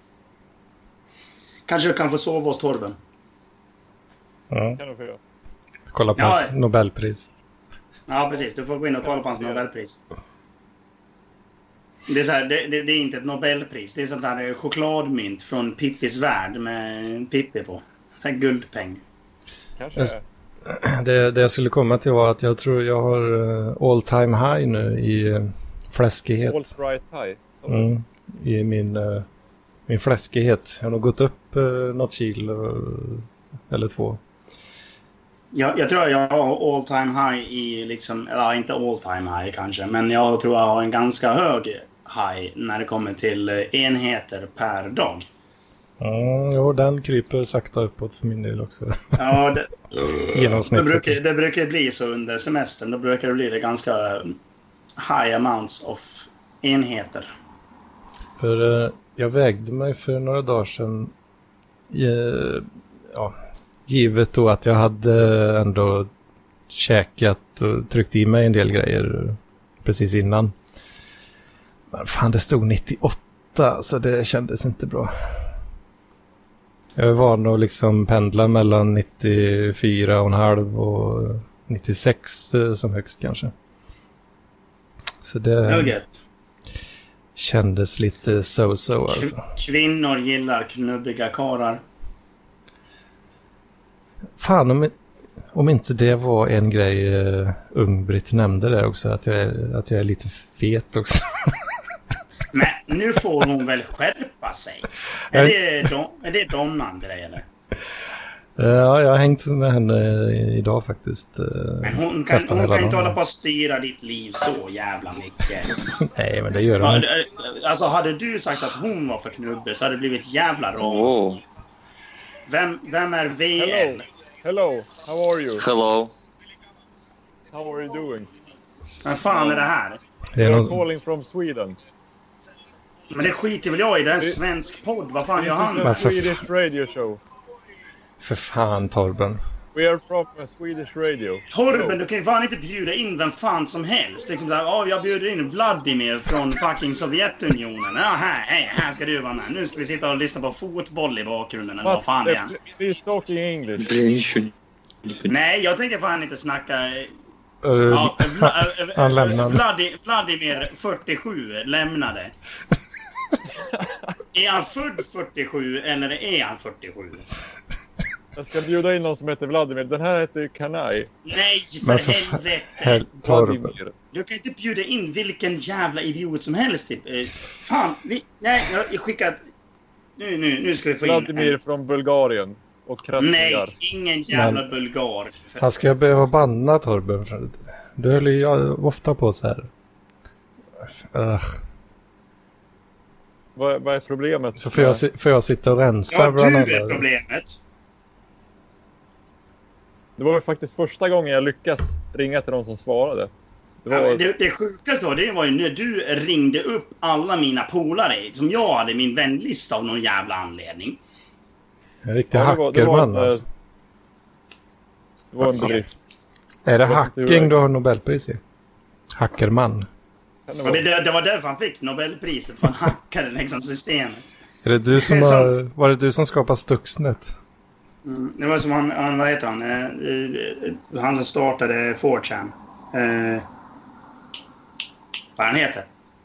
Kanske du kan få sova hos Torben. Ja. Kan du få göra. Kolla på Ja. hans Nobelpris. Ja, precis. Du får gå in och kolla på hans Nobelpris. Det är, så här, det, det, det är inte ett Nobelpris. Det är sånt här chokladmynt från Pippis värld med Pippi på. Så här guldpeng. Kanske Just- är. Det, det jag skulle komma till var att jag tror jag har uh, all time high nu i uh, fläskighet. Alt-right high. Mm, I min, uh, min fläskighet. Jag har nog gått upp uh, något kilo eller två. Jag, jag tror jag har all time high i liksom, eller inte all time high kanske, men jag tror jag har en ganska hög high när det kommer till enheter per dag. Mm, jo, den kryper sakta uppåt för min del också. Ja, det, Genomsnittet. det, brukar, det brukar bli så under semestern. Då brukar det bli det ganska high amounts of enheter. För uh, jag vägde mig för några dagar sedan. Uh, ja, givet då att jag hade ändå käkat och tryckt i mig en del grejer precis innan. Men fan, det stod nittioåtta, så det kändes inte bra. Jag var nog liksom pendla mellan nittiofyra komma fem och nittiosex som högst kanske. Så det Nugget. kändes lite so-so alltså. Kvinnor gillar knubbiga karar. Fan, om, om inte det var en grej uh, Ung-Britt nämnde där också, att jag, är, att jag är lite fet också. Men nu får hon väl skärpa sig. Är det, don, är det Donnan-grej eller? Ja, jag har hängt med henne idag faktiskt. Men hon kan, hon kan inte hålla på att styra ditt liv så jävla mycket. Nej, men det gör hon inte. Alltså, hade du sagt att hon var för knubbig så hade det blivit jävla rås. Oh. Vem, vem är V L? Hello. Hello, how are you? Hello. How are you doing? Vem fan är det här? Det är I'm någon... calling from Sweden. Men det skiter väl jag i, det är en svensk podd. Vad fan gör han? This is a Swedish radio show. För fan, Torben. We are from a Swedish radio. Torben, du kan ju fan inte bjuda in vem fan som helst. Liksom där, oh, jag bjuder in Vladimir från fucking Sovjetunionen. Ja, här, hej, här ska du vara med. Nu ska vi sitta och lyssna på fotboll i bakgrunden. Eller vad fan det är. Please talking English. Nej, jag tänker fan inte snacka... Uh, Ja, Vla, han lämnade. Vladi, Vladimir fyrtiosju lämnade. Är han född fyrtiosju eller är han fyrtiosju? Jag ska bjuda in någon som heter Vladimir. Den här heter Kanai. Nej, för, för helvete. Hel- Torben. Du kan inte bjuda in vilken jävla idiot som helst. Typ. Eh, fan, vi, nej, jag skickar... Nu, nu, nu ska vi få in... Vladimir från Bulgarien. Och Krasnodar. Nej, ingen jävla Men- bulgar. Han ska jag behöva banna Torben. Du höll ju ofta på så här. Uh. Vad, vad är problemet? Så får jag, si- får jag sitta och rensa Ja, bland du annat. är problemet. Det var ju faktiskt första gången jag lyckas ringa till någon som svarade. Det var... Ja, men det, det sjukaste var, det var ju när du ringde upp alla mina polare som jag hade i min vänlista av någon jävla anledning. En riktig Ja, det var- det var hackerman en, alltså. Det var en bedrift. Är det jag vet inte hur hacking det- du har Nobelpris i? Hackerman. Kan det Och det, vara? det, det var därför han fick Nobelpriset, för han hackade liksom systemet. Är det du som Det är så- har, var det du som skapade Stuxnet? Mm, det var som han, han vad heter han? Eh, eh, han som startade four chan. Eh, vad han heter?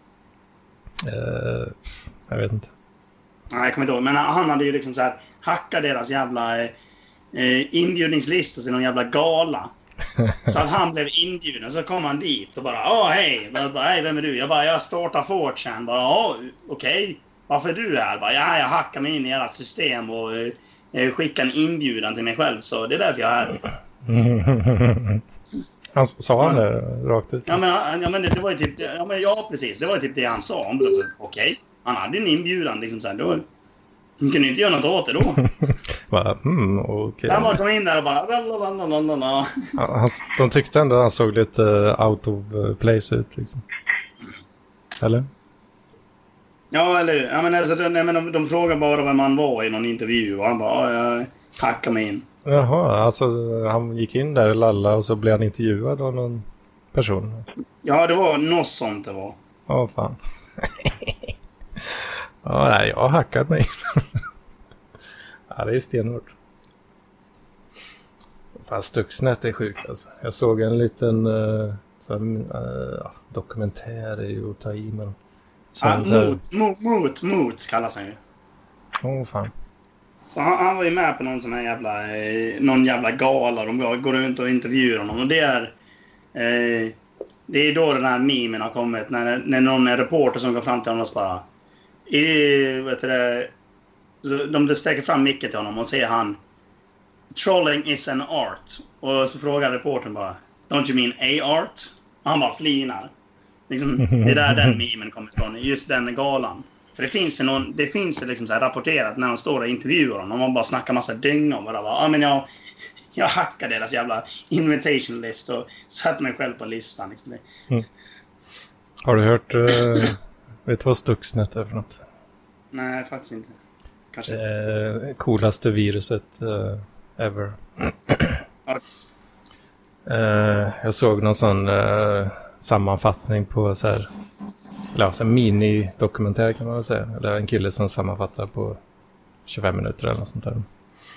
Uh, jag vet inte. Nej, jag kommer inte ihåg. Men han hade ju liksom så här hackat deras jävla eh, inbjudningslista till någon jävla gala. Så att han blev inbjuden. Så kom han dit och bara, åh hej. Jag bara, hej, vem är du? Jag bara, jag startar four chan. Bara, ja, okej. Okay. Varför är du här? Bara, ja, jag hackar mig in i ert system och eh, skickar en inbjudan till mig själv. Så det är därför jag är här. Han, sa han det rakt ut? Ja, men, ja, men det, det var ju typ, ja, men, ja, precis. Det var ju typ det han sa. Okej. Okay. Han hade en inbjudan liksom så här. Då, han kunde inte göra något åt det då. Va, hmm, okej. Han bara kom in där och bara... Lalalala. Han, de tyckte ändå att han såg lite uh, out of place ut liksom. Eller? Ja, eller ja, men alltså, de, nej, men de, de frågade bara vem man var i någon intervju. Och han bara, ja, jag hackade mig in. Jaha, alltså han gick in där och lalla och så blev han intervjuad av någon person. Ja, det var något sånt det var. Ja, fan. Ja, nej, jag har hackat mig. Ja, det är stenhårt. Fast Stuxnet är sjukt alltså. Jag såg en liten uh, så här, uh, dokumentär i att ta i, men... Så Ja, han, så här, mot, mot, mot, mot kallas han ju. Åh, oh, fan. Så han, han var ju med på någon sån här jävla, eh, någon jävla gala. De går runt och intervjuar honom. Och det är... Eh, Det är då den här memen har kommit. När, när någon är reporter som går fram till honom och bara... I, vet du det, de sträcker fram micken till honom och säger han... Trolling is an art. Och så frågar reportern bara... Don't you mean a art? Och han bara flinar. Liksom, det är där den memen kommer ifrån. Just den galan. För det finns ju någon, det finns ju liksom så här rapporterat när de står och intervjuar honom. Och man bara snackar massa däng om varandra. Ja, men jag, jag hackar deras jävla invitation list och satt mig själv på listan. Liksom. Mm. Har du hört, uh, vet du vad Stuxnet är för något? Nej, faktiskt inte. Kanske. Uh, coolaste viruset uh, ever. Ja. uh, jag såg någon sån uh, sammanfattning på så här... Ja, en mini-dokumentär kan man väl säga. Eller en kille som sammanfattar på tjugofem minuter eller något sånt där.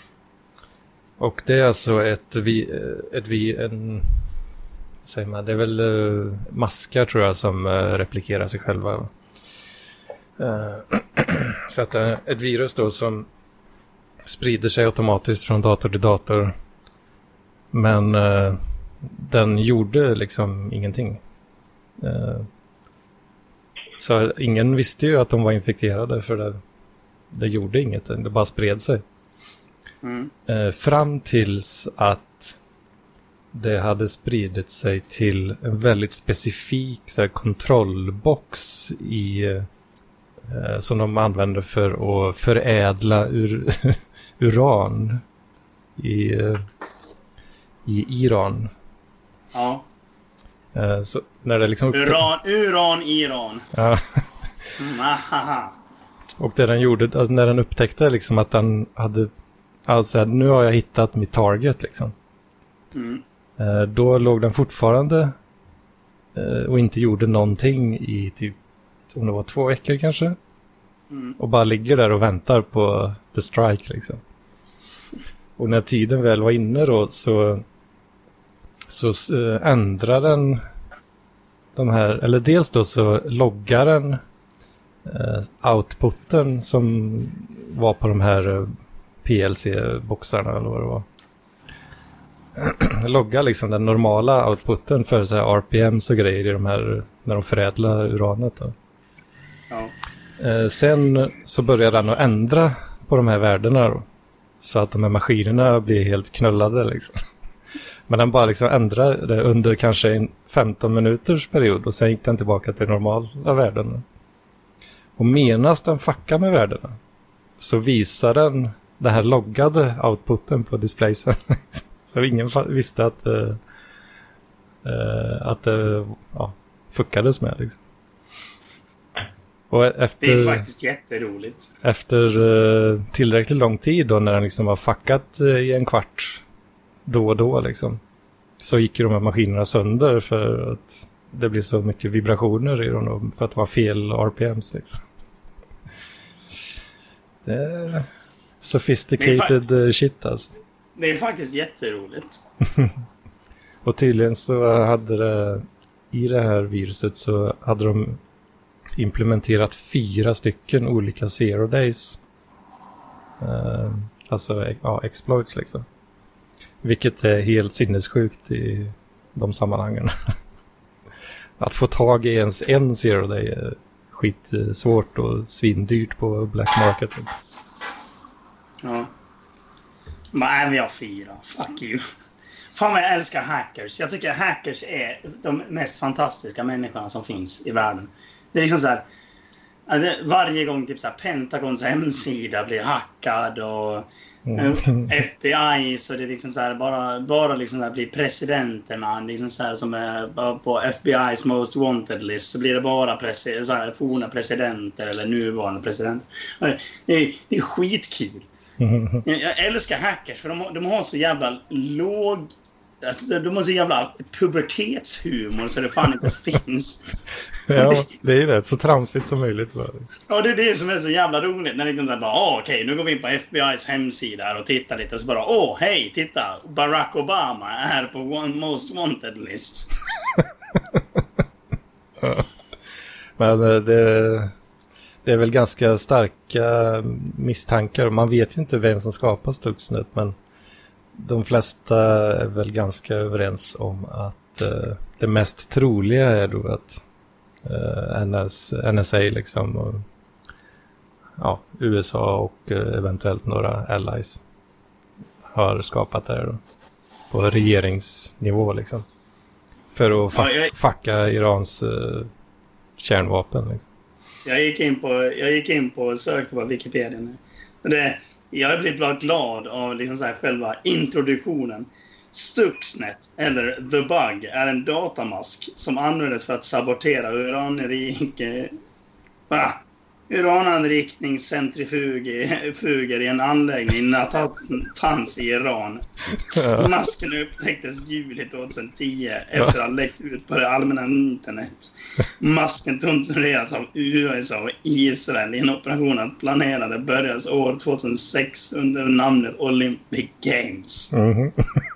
Och det är alltså ett vi, ett vi en säger man, det är väl uh, maskar tror jag som uh, replikerar sig själva. Uh, så att uh, ett virus då som sprider sig automatiskt från dator till dator. Men uh, den gjorde liksom ingenting. Uh, Så ingen visste ju att de var infekterade för det, det gjorde inget. Det bara spred sig. Mm. Eh, fram tills att det hade spridit sig till en väldigt specifik så här, kontrollbox i, eh, som de använde för att förädla ur, uran i, eh, i Iran. Ja. Så när det liksom... Uran, uran, Iran. Ja. Mm, ahaha. Och det den gjorde, alltså när den upptäckte liksom att den hade... Alltså nu har jag hittat mitt target liksom. Mm. Då låg den fortfarande och inte gjorde någonting i typ, om det var två veckor kanske. Mm. Och bara ligger där och väntar på the strike liksom. Och när tiden väl var inne då så... så äh, ändrar den de här, eller dels då så loggar den äh, outputen som var på de här äh, P L C-boxarna eller vad det var. Loggar liksom den normala outputen för så här R P Ms och grejer i de här, när de förädlar uranet då. Ja. Äh, sen så börjar den att ändra på de här värdena då, så att de här maskinerna blir helt knullade liksom. Men den bara liksom ändrade under kanske en femton minuters period och sen gick den tillbaka till normala värden. Och menas den fuckar med värdena så visar den den här loggade outputen på displaysen. Så ingen visste att uh, uh, att det uh, ja, fuckades med liksom. Och efter, det är faktiskt jätteroligt. Efter uh, tillräckligt lång tid då när den liksom var fuckat uh, i en kvart då och då liksom, så gick ju de här maskinerna sönder för att det blir så mycket vibrationer i dem för att det var fel R P Ms liksom. Det är sophisticated det är fa- shit alltså. Det är faktiskt jätteroligt. Och tydligen så hade det i det här viruset så hade de implementerat fyra stycken olika zero days uh, alltså ja, exploits liksom. Vilket är helt sinnessjukt i de sammanhangen. Att få tag i ens en zero day är skitsvårt och svindyrt på black market. Ja. Men vi har fyra. Fuck you. Fan vad jag älskar hackers. Jag tycker hackers är de mest fantastiska människorna som finns i världen. Det är liksom så här... Varje gång typ så här, Pentagons hemsida blir hackad och mm. F B I så det är liksom så här, bara bara liksom så här, blir presidenterna liksom så här, som är på F B I's most wanted list så blir det bara presi- så här, forna presidenter eller nuvarande president. Det är, det är skitkul. Mm. Jag, jag älskar hackers för de, de har så jävla låg alltså, de har så jävla pubertetshumor så det fan inte finns. Ja, det är det. Så tramsigt som möjligt. Bara. Ja, det är det som är så jävla roligt. När det liksom såhär, åh okej, nu går vi in på F B I's hemsida och tittar lite. Och så bara, åh hej, titta. Barack Obama är på one most wanted list. Ja. Men det, det är väl ganska starka misstankar. Man vet ju inte vem som skapar Stuxnet, men de flesta är väl ganska överens om att att uh, det mest troliga är då att uh, N S, N S A liksom och, ja, U S A och uh, eventuellt några allies har skapat det här då, på regeringsnivå liksom, för att fa- ja, jag... fucka Irans uh, kärnvapen liksom. Jag gick in på jag gick in på och sökte på Wikipedia nu. Det, jag har blivit bara glad av liksom så här själva introduktionen. Stuxnet, eller The Bug, är en datamask som användes för att sabotera uranrik, ah, urananrikningscentrifuger i en anläggning i Natanz i Iran. Ja. Masken upptäcktes juli tjugohundratio efter att ha läckt ut på det allmänna internet. Masken kontrolleras av U S A och Israel i en operation att planerade börjas år tjugohundrasex under namnet Olympic Games. Mm-hmm.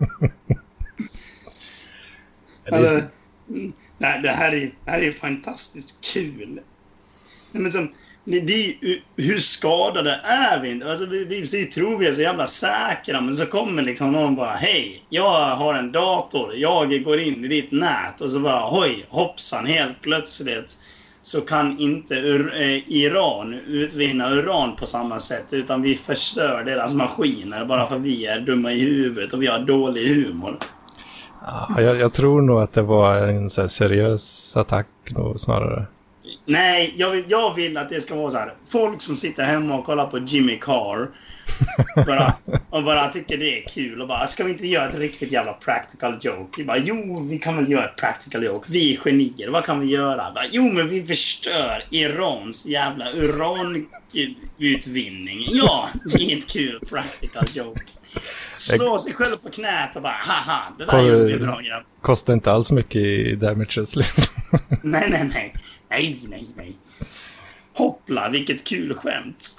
Alltså, det, här, det, här är, det här är fantastiskt kul. Men som, det, det, hur skadade är vi inte? Alltså, vi, vi tror vi är så jävla säkra, men så kommer liksom någon bara, hej, jag har en dator, jag går in i ditt nät, och så bara, hoj, hoppsan, helt plötsligt så kan inte ur, eh, Iran utvinna uran på samma sätt, utan vi förstör deras maskiner bara för vi är dumma i huvudet och vi har dålig humor. Ja, jag, jag tror nog att det var en så här seriös attack då, snarare. Nej, jag vill, jag vill att det ska vara så här. Folk som sitter hemma och kollar på Jimmy Carr bara, och bara tycker det är kul och bara, ska vi inte göra ett riktigt jävla practical joke? Bara, jo, vi kan väl göra ett practical joke. Vi är genier, vad kan vi göra? Bara, jo, men vi förstör Irans jävla uranutvinning. Ja, det är ett kul practical joke. Slå sig själv på knät och bara, haha, det där gjorde vi bra, grabb. Kostar inte alls mycket i damages. nej, nej, nej. Nej, nej, nej. Hoppla, vilket kul skämt.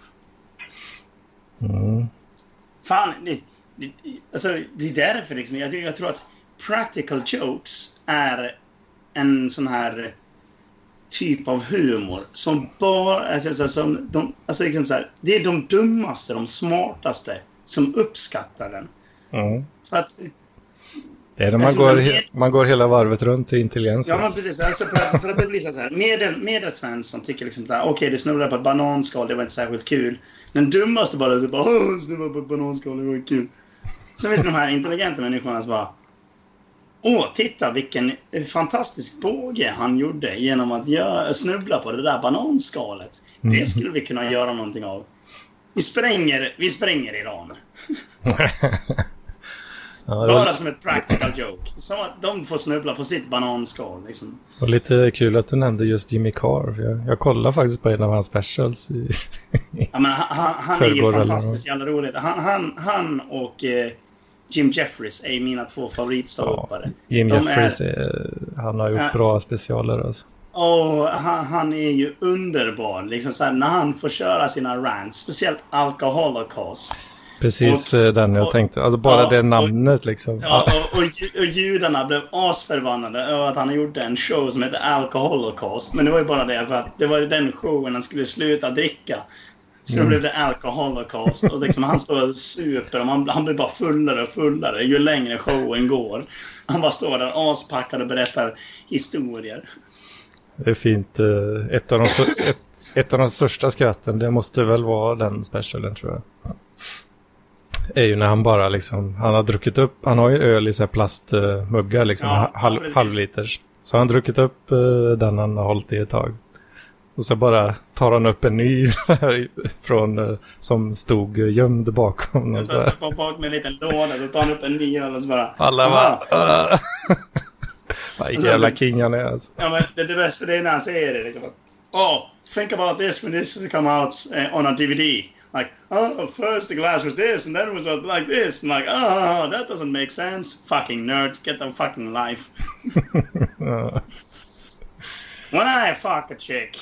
Mm. Fan, det, det, alltså, det är därför liksom, jag, jag tror att practical jokes är en sån här typ av humor som bara, alltså, som de, alltså, liksom så här, det är de dummaste, de smartaste som uppskattar den. Mm. För att det är det, man, alltså, går, med, man går hela varvet runt i intelligens. Ja, men precis. Alltså, för, för att det blir så här. Medel, medelsvensson tycker liksom att okej, okay, det snurrar på ett bananskal, det var inte särskilt kul. Den dummaste bara så bara, åh, snurrar på ett bananskal, det var kul. Sen finns de här intelligenta människorna som bara, åh, titta vilken fantastisk båge han gjorde genom att göra, snubbla på det där bananskalet. Mm. Det skulle vi kunna göra någonting av. Vi spränger, vi spränger Iran. Ja, bara som ett practical joke. Som att de får snubbla på sitt bananskal liksom. Och lite kul att du nämnde just Jimmy Carr. Jag, jag kollar faktiskt på en av hans specials i, ja, men han, han är ju fantastiskt jävla roligt. Han, han, han och eh, Jim Jeffries är mina två favoritståuppare. Ja, Jim de Jeffries är, är, han har gjort äh, bra specialer alltså. Och han, han är ju underbar liksom, så här, när han får köra sina rants, speciellt Alcoholocaust. Precis och, den jag och, tänkte. Alltså bara ja, det namnet och, liksom. Ja, och, och, och judarna blev asförbannade över att han gjorde en show som heter Alcoholocaust. Men det var ju bara det för att det var den showen han skulle sluta dricka. Så mm. då blev det Alcoholocaust. Och liksom han står och super och han, han blir bara fullare och fullare ju längre showen går. Han bara står där aspackad och berättar historier. Det är fint. Ett av de, ett, ett av de största skratten, det måste väl vara den specialen tror jag. Är ju när han bara liksom, han har druckit upp, han har ju öl i så här plastmuggar liksom, ja, halv, halvliters. Så han har druckit upp uh, den han har hållit i ett tag. Och så bara tar han upp en ny här från, uh, som stod uh, gömd bakom. Och så här. Bak med en liten låda, så tar han upp en ny öl och så bara... Alla bara... Uh. Vad jävla king han är alltså. Ja, men det, det bästa det är när han säger det liksom. Oh, think about this when this come out uh, on a D V D. Like, oh, first the glass was this, and then it was like this. And like, oh, that doesn't make sense. Fucking nerds, get a fucking life. uh. When I fuck a chick.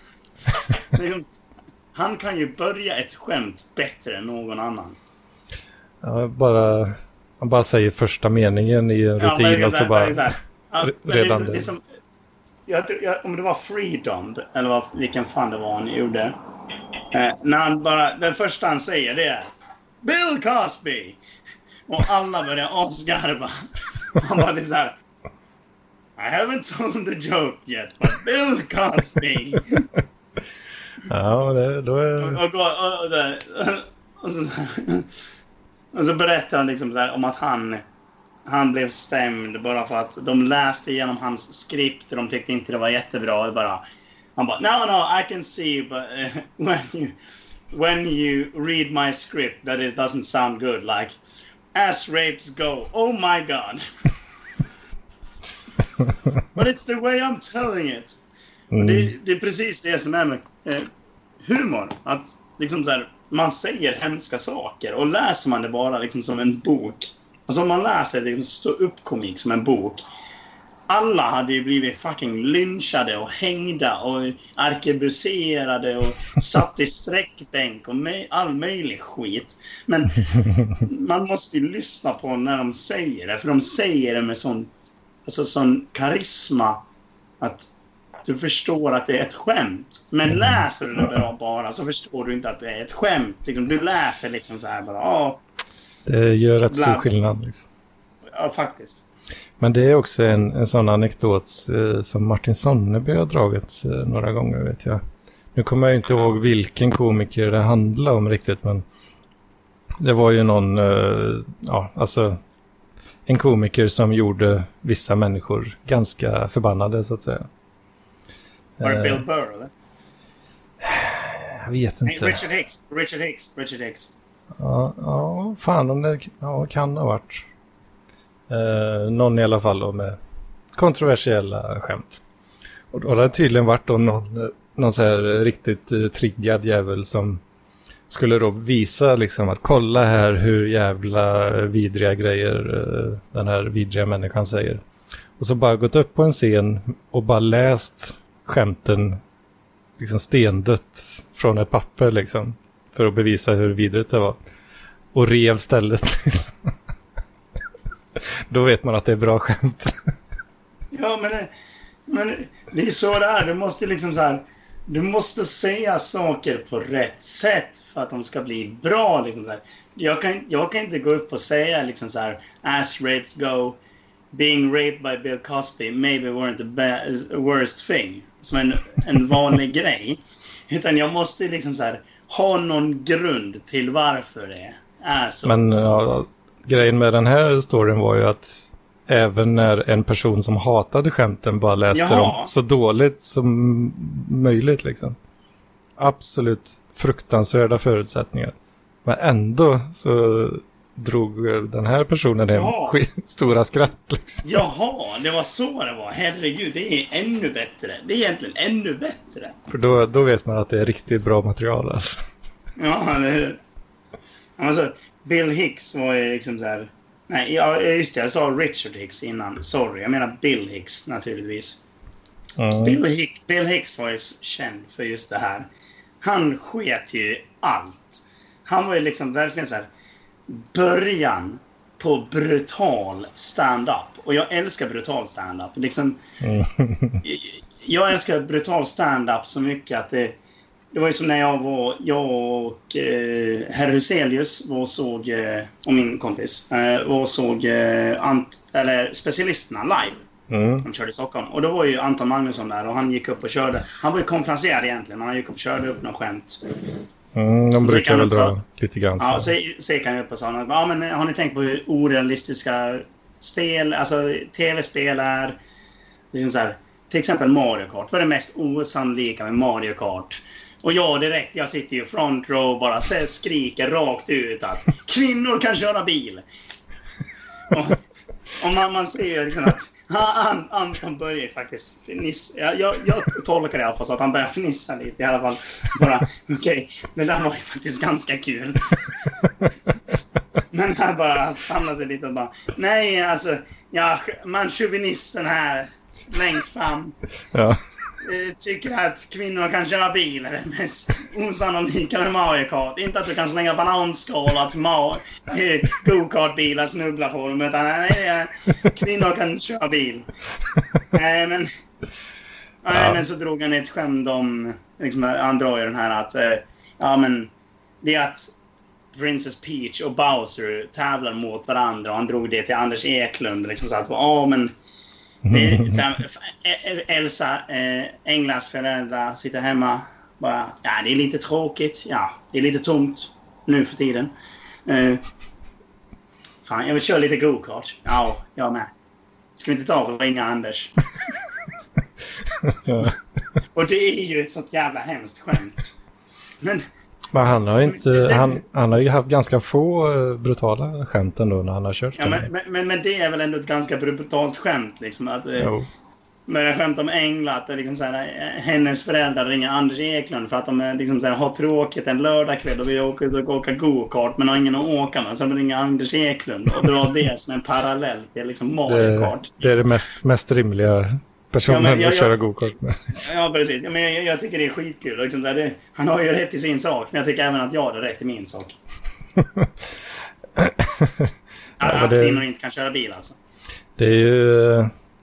Han kan ju börja ett skämt bättre än någon annan. Ja, bara, han bara säger första meningen i en rutin, ja, och så bara... Ja, redan det, det, det som, jag, jag, om det var Freedom, eller vad, vilken fan det var han gjorde... Eh, när han bara, den första han säger det är Bill Cosby, och alla börjar asgarva. Han bara typ så här, I haven't told the joke yet, but Bill Cosby. Ja, det, då är... Och, och, och, och, så, här, och, så, och så berättar han liksom så här, om att han, han blev stämd bara för att de läste igenom hans skript och de tyckte inte det var jättebra. Bara, han bara, no, no, I can see but, uh, when, you, when you read my script that it doesn't sound good. Like, ass rapes go, oh my god. But it's the way I'm telling it. Mm. Det, det är precis det som är med eh, humor. Att liksom så här, man säger hemska saker och läser man det bara liksom som en bok. Alltså om man läser det liksom, stå upp komik som en bok. Alla hade ju blivit fucking lynchade och hängda och arkebuserade och satt i sträckbänk och med, all möjlig skit. Men man måste ju lyssna på när de säger det. För de säger det med sån, alltså sån karisma att du förstår att det är ett skämt. Men läser du det bara så förstår du inte att det är ett skämt. Du läser liksom så här bara. Ja, det gör rätt stor skillnad. Liksom. Ja, faktiskt. Men det är också en, en sån anekdot eh, som Martin Sonneby har dragit eh, några gånger, vet jag. Nu kommer jag inte ihåg vilken komiker det handlar om riktigt, men det var ju någon, eh, ja, alltså en komiker som gjorde vissa människor ganska förbannade, så att säga. Var det Bill Burr, eller? Jag vet inte. Nej, Richard Hicks. Richard Hicks. Richard Hicks. Ja, ja fan om det ja, kan ha varit. Eh, någon i alla fall då med kontroversiella skämt. Och då har det tydligen varit då någon, någon så här riktigt eh, triggad jävel som skulle då visa liksom att kolla här hur jävla vidriga grejer eh, den här vidriga människan säger. Och så bara gått upp på en scen och bara läst skämten liksom stendött från ett papper liksom för att bevisa hur vidrigt det var. Och rev stället liksom. Då vet man att det är bra skämt. Ja, men det, men det är så det är. Du måste liksom så här, du måste säga saker på rätt sätt för att de ska bli bra liksom där. Jag kan jag kan inte gå upp och säga liksom så här, ass rapes go, being raped by Bill Cosby maybe weren't the best, worst thing som en en vanlig grej, utan jag måste liksom så här ha någon grund till varför det är så. Men ja, grejen med den här storyn var ju att även när en person som hatade skämten bara läste Jaha. dem så dåligt som möjligt liksom. Absolut fruktansvärda förutsättningar. Men ändå så drog den här personen hem ja. stora skratt liksom. Jaha, det var så det var. Herregud, det är ännu bättre. Det är egentligen ännu bättre. För då, då vet man att det är riktigt bra material alltså. Ja, det är alltså, Bill Hicks var ju liksom så här. Nej, ja, just det, jag sa Richard Hicks innan. Sorry, jag menar Bill Hicks naturligtvis. Mm. Bill, Hick, Bill Hicks var ju känd för just det här. Han sket ju allt. Han var ju liksom verkligen så här början på brutal stand-up. Och jag älskar brutal stand-up. Liksom, mm. jag älskar brutal stand-up så mycket att det Det var ju som när jag var, jag och eh, herr Huselius var och såg, eh, och min kompis, eh, var och såg eh, ant, eller specialisterna live. Mm. De körde i Stockholm. Och då var ju Anton Magnusson där och han gick upp och körde. Han var ju konferenser egentligen, men han gick upp och körde upp något skämt. Mm, de brukar väl dra lite grann. Ja, så, så gick han upp och sa, ja men har ni tänkt på hur orealistiska spel, alltså tv-spel är? Liksom så här, till exempel Mario Kart. Vad är det mest osannolika med Mario Kart? Och jag direkt, jag sitter ju front row och bara skriker rakt ut att kvinnor kan köra bil. Och, och man, man ser liksom att han, Anton börjar faktiskt fnissa. Jag, jag, jag tolkar det i alla fall så att han börjar fnissa lite i alla fall. Bara, okej, okay, det där var ju faktiskt ganska kul. Men han bara samlar sig lite och bara, nej alltså, ja, man chauvinisten här längst fram. Ja. Tycker att kvinnor kan köra bil är det mest osannolika med Mario Kart. Inte att du kan slänga bananskal och att ma- go-kart-bilar snubblar på dem, utan nej, kvinnor kan köra bil. Nej, men, ja. nej, men så drog han ett skämt om, liksom, han drar ju den här att, ja men, det är att Princess Peach och Bowser tävlar mot varandra och han drog det till Anders Eklund liksom så att, ja men Det är, så här, Elsa, eh, Englas föräldrar, sitter hemma. Bara, ja, det är lite tråkigt. Ja, det är lite tomt nu för tiden. Eh, fan, jag vill köra lite go-kart. Ja, jag med. Ska vi inte ta och ringa Anders? Ja. Och det är ju ett sånt jävla hemskt skämt. Men, Men han har inte det, han, han har ju haft ganska få uh, brutala skämt ändå när han har kört. Ja, men, men, men det är väl ändå ett ganska brutalt skämt liksom att uh, men jag skämt om Engla att liksom så här, hennes föräldrar ringer Anders Eklund för att de liksom så här, har tråkigt en lördagkväll och vi åker ut och åker go-kart men har ingen att åka med. Så de ringer Anders Eklund och drar det som en parallell till liksom Mario Kart. Det, det är det mest, mest rimliga personen ja, jag, att köra go-kart med. Ja, precis. Ja, men jag, jag tycker det är skitkul. Liksom, där det, han har ju rätt i sin sak, men jag tycker även att jag har rätt i min sak. ja, att det, kvinnor inte kan köra bil alltså. Det är ju...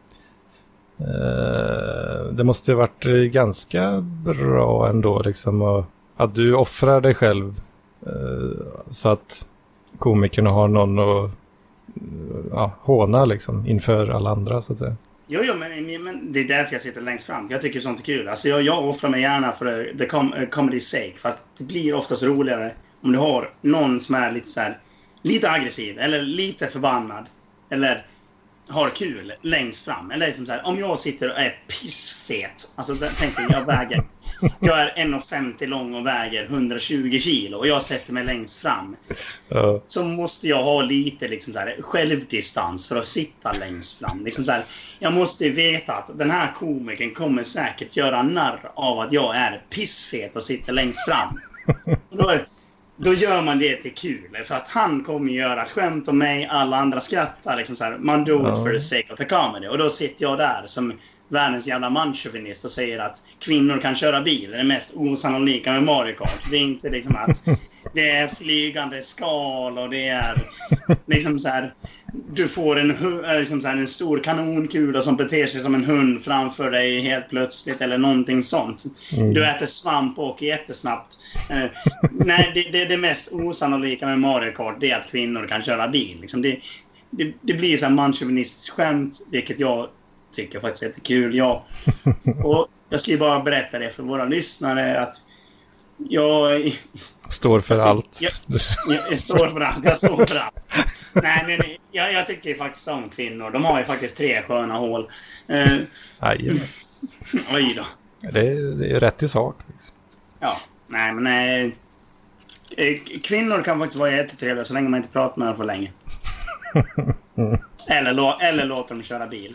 Uh, det måste ju varit ganska bra ändå liksom och, att du offrar dig själv uh, så att komikerna har någon att uh, håna liksom inför alla andra så att säga. Jo, jo men, men det är därför jag sitter längst fram. Jag tycker sånt är kul. Alltså jag, jag offrar mig gärna för the com- comedy's sake. För att det blir oftast roligare om du har någon som är lite så här, lite aggressiv eller lite förbannad eller har kul längst fram. Eller liksom så här, om jag sitter och är pissfet. Alltså tänk dig, jag väger jag är en komma femtio lång och väger hundratjugo kilo och jag sätter mig längst fram. Uh. Så måste jag ha lite liksom så här, självdistans för att sitta längst fram. Liksom så här, jag måste veta att den här komikern kommer säkert göra narr av att jag är pissfet och sitter längst fram. Och då, då gör man det till kul. För att han kommer göra skämt om mig, alla andra skrattar. Liksom så här, man do it uh. for the sake of the comedy. Och då sitter jag där som världens jävla manchauvinist och säger att kvinnor kan köra bil. Det är det mest osannolika med Mario Kart. Det är inte liksom att det är flygande skal och det är liksom så här, du får en, liksom så här, en stor kanonkula som beter sig som en hund framför dig helt plötsligt eller någonting sånt. Mm. Du äter svamp och åker jättesnabbt. Uh, nej, det, det är det mest osannolika med Mario Kart, det är att kvinnor kan köra bil. Liksom det, det, det blir så här manchauvinistiskt skämt, vilket jag tycker faktiskt är kul, ja. Och jag ska ju bara berätta det för våra lyssnare att jag står för jag, allt. Jag, jag, jag står för allt, jag står för allt. Nej, men jag, jag tycker faktiskt om kvinnor. De har ju faktiskt tre sköna hål. Uh, Aj, oj då. Det är, det är rätt i sak. Liksom. Ja, nej men nej, kvinnor kan faktiskt vara jättetrevliga så länge man inte pratar med dem för länge. eller, lå, eller låter dem köra bil.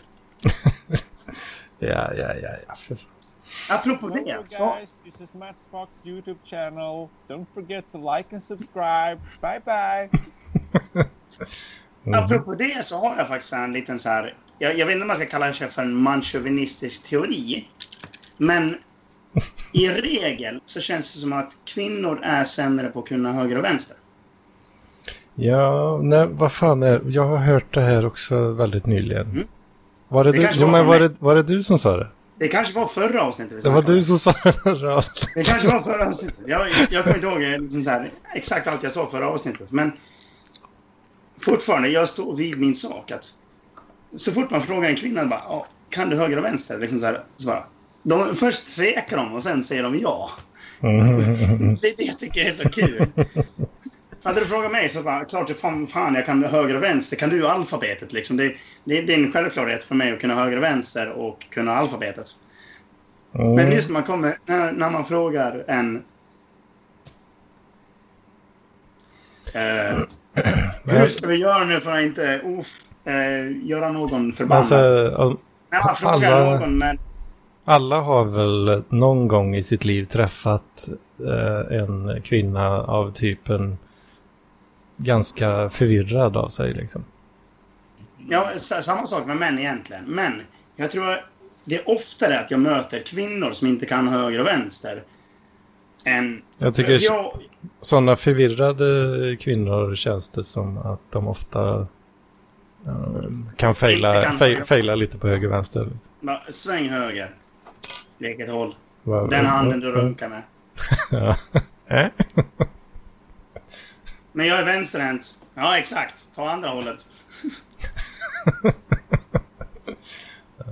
ja, ja, ja, ja. Apropå det, hello guys, this is Mats Fox YouTube channel. Don't forget to like and subscribe. Bye bye. mm. Apropå det så har jag faktiskt en liten så här, jag, jag vet inte om man ska kalla det för en manchauvinistisk teori. Men i regel så känns det som att kvinnor är sämre på att kunna höger och vänster. Ja, nej, vad fan är, jag har hört det här också väldigt nyligen. Mm. Var det, det, du, var, var, det, var det du som sa det? Det kanske var förra avsnittet. Det var du som sa det förra avsnittet. Det kanske var förra avsnittet. Jag, jag kommer inte ihåg liksom så här, exakt allt jag sa förra avsnittet. Men fortfarande, jag står vid min sak. Att så fort man frågar en kvinna, bara, kan du höger och vänster? Liksom så här, så bara, de, först tvekar de och sen säger de ja. Mm. det, det tycker jag är så kul. Hade du frågat mig så bara, klart det fan, fan jag kan höger och vänster. Kan du alfabetet liksom? Det, det, det är en självklarhet för mig att kunna höger och vänster och kunna alfabetet. Mm. Men just när man kommer, när, när man frågar en eh, hur ska vi göra nu för att inte uh, eh, göra någon förbannad? Alltså, uh, när man frågar alla, någon men alla har väl någon gång i sitt liv träffat uh, en kvinna av typen ganska förvirrad av sig liksom. Ja, samma sak med män egentligen. Men jag tror det är oftare att jag möter kvinnor som inte kan höger och vänster än... Jag tycker för jag... sådana förvirrade kvinnor känns det som att de ofta uh, kan fejla, kan fej, fejla lite på höger och vänster. Liksom. Sväng höger. Vilket håll. Wow. Den handen du runkar med. Ja. Äh? Men jag är vänsterhänt. Ja, exakt. Ta andra hållet.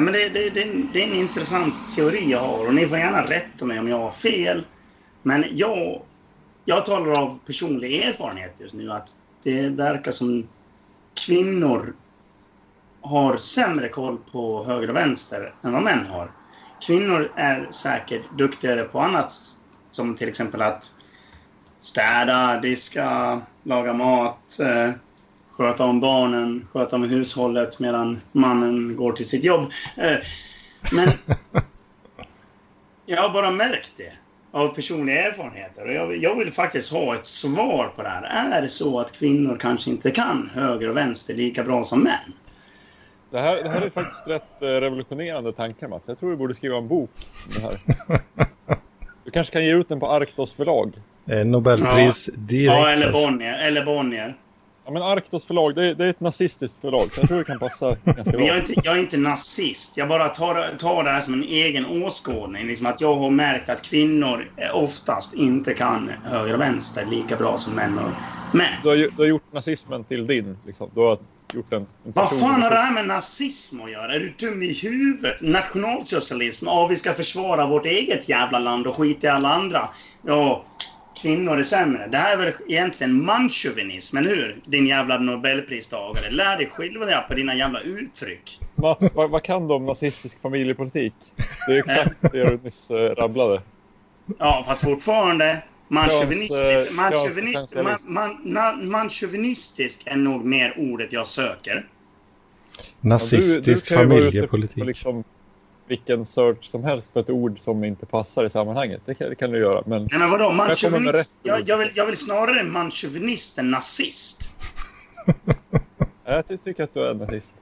men det, det, det, det är en intressant teori jag har. Och ni får gärna rätta mig om jag har fel. Men jag, jag talar av personlig erfarenhet just nu. Att det verkar som kvinnor har sämre koll på höger och vänster än vad män har. Kvinnor är säkert duktigare på annat. Som till exempel att städa, diska, laga mat, eh, sköta om barnen, sköta om hushållet medan mannen går till sitt jobb. Eh, men jag har bara märkt det av personliga erfarenheter. Och jag, jag vill faktiskt ha ett svar på det här. Är det så att kvinnor kanske inte kan höger och vänster lika bra som män? Det här, det här är faktiskt rätt revolutionerande tankar, Mats. Jag tror du borde skriva en bok om det här. Du kanske kan ge ut den på Arktos förlag. Eh, Nobelpris ja. direkt. Ja, eller Bonnier. Eller Bonnier. Ja, men Arktos förlag, det är, det är ett nazistiskt förlag. Så jag tror det kan passa ganska bra. Men jag är, inte, jag är inte nazist. Jag bara tar, tar det här som en egen åskådning. Liksom att jag har märkt att kvinnor oftast inte kan höger och vänster lika bra som män och män. Du har, du har gjort nazismen till din, liksom. Du har gjort en, en Vad fan har det här med nazism att göra? Är du dum i huvudet? Nationalsocialism? Ja, vi ska försvara vårt eget jävla land och skita i alla andra. Ja, kvinnor är sämre. Det här är väl egentligen manchauvinism, men hur? Din jävla Nobelpristagare. Lär dig skilja dig på dina jävla uttryck. Mats, vad, vad kan du om nazistisk familjepolitik? Det är exakt det du nyss äh, rabblade. Ja, fast fortfarande manchauvinistisk, Klas, manchauvinistisk, äh, man, man, man, manchauvinistisk är nog mer ordet jag söker. Nazistisk ja, du, du familjepolitik. På liksom vilken search som helst för ett ord som inte passar i sammanhanget. Det kan, det kan du göra. Men, Nej, men vadå? Manchauvinist, jag, jag, jag, vill, jag vill snarare manchauvinist än nazist. Jag ty- tycker att du är nazist.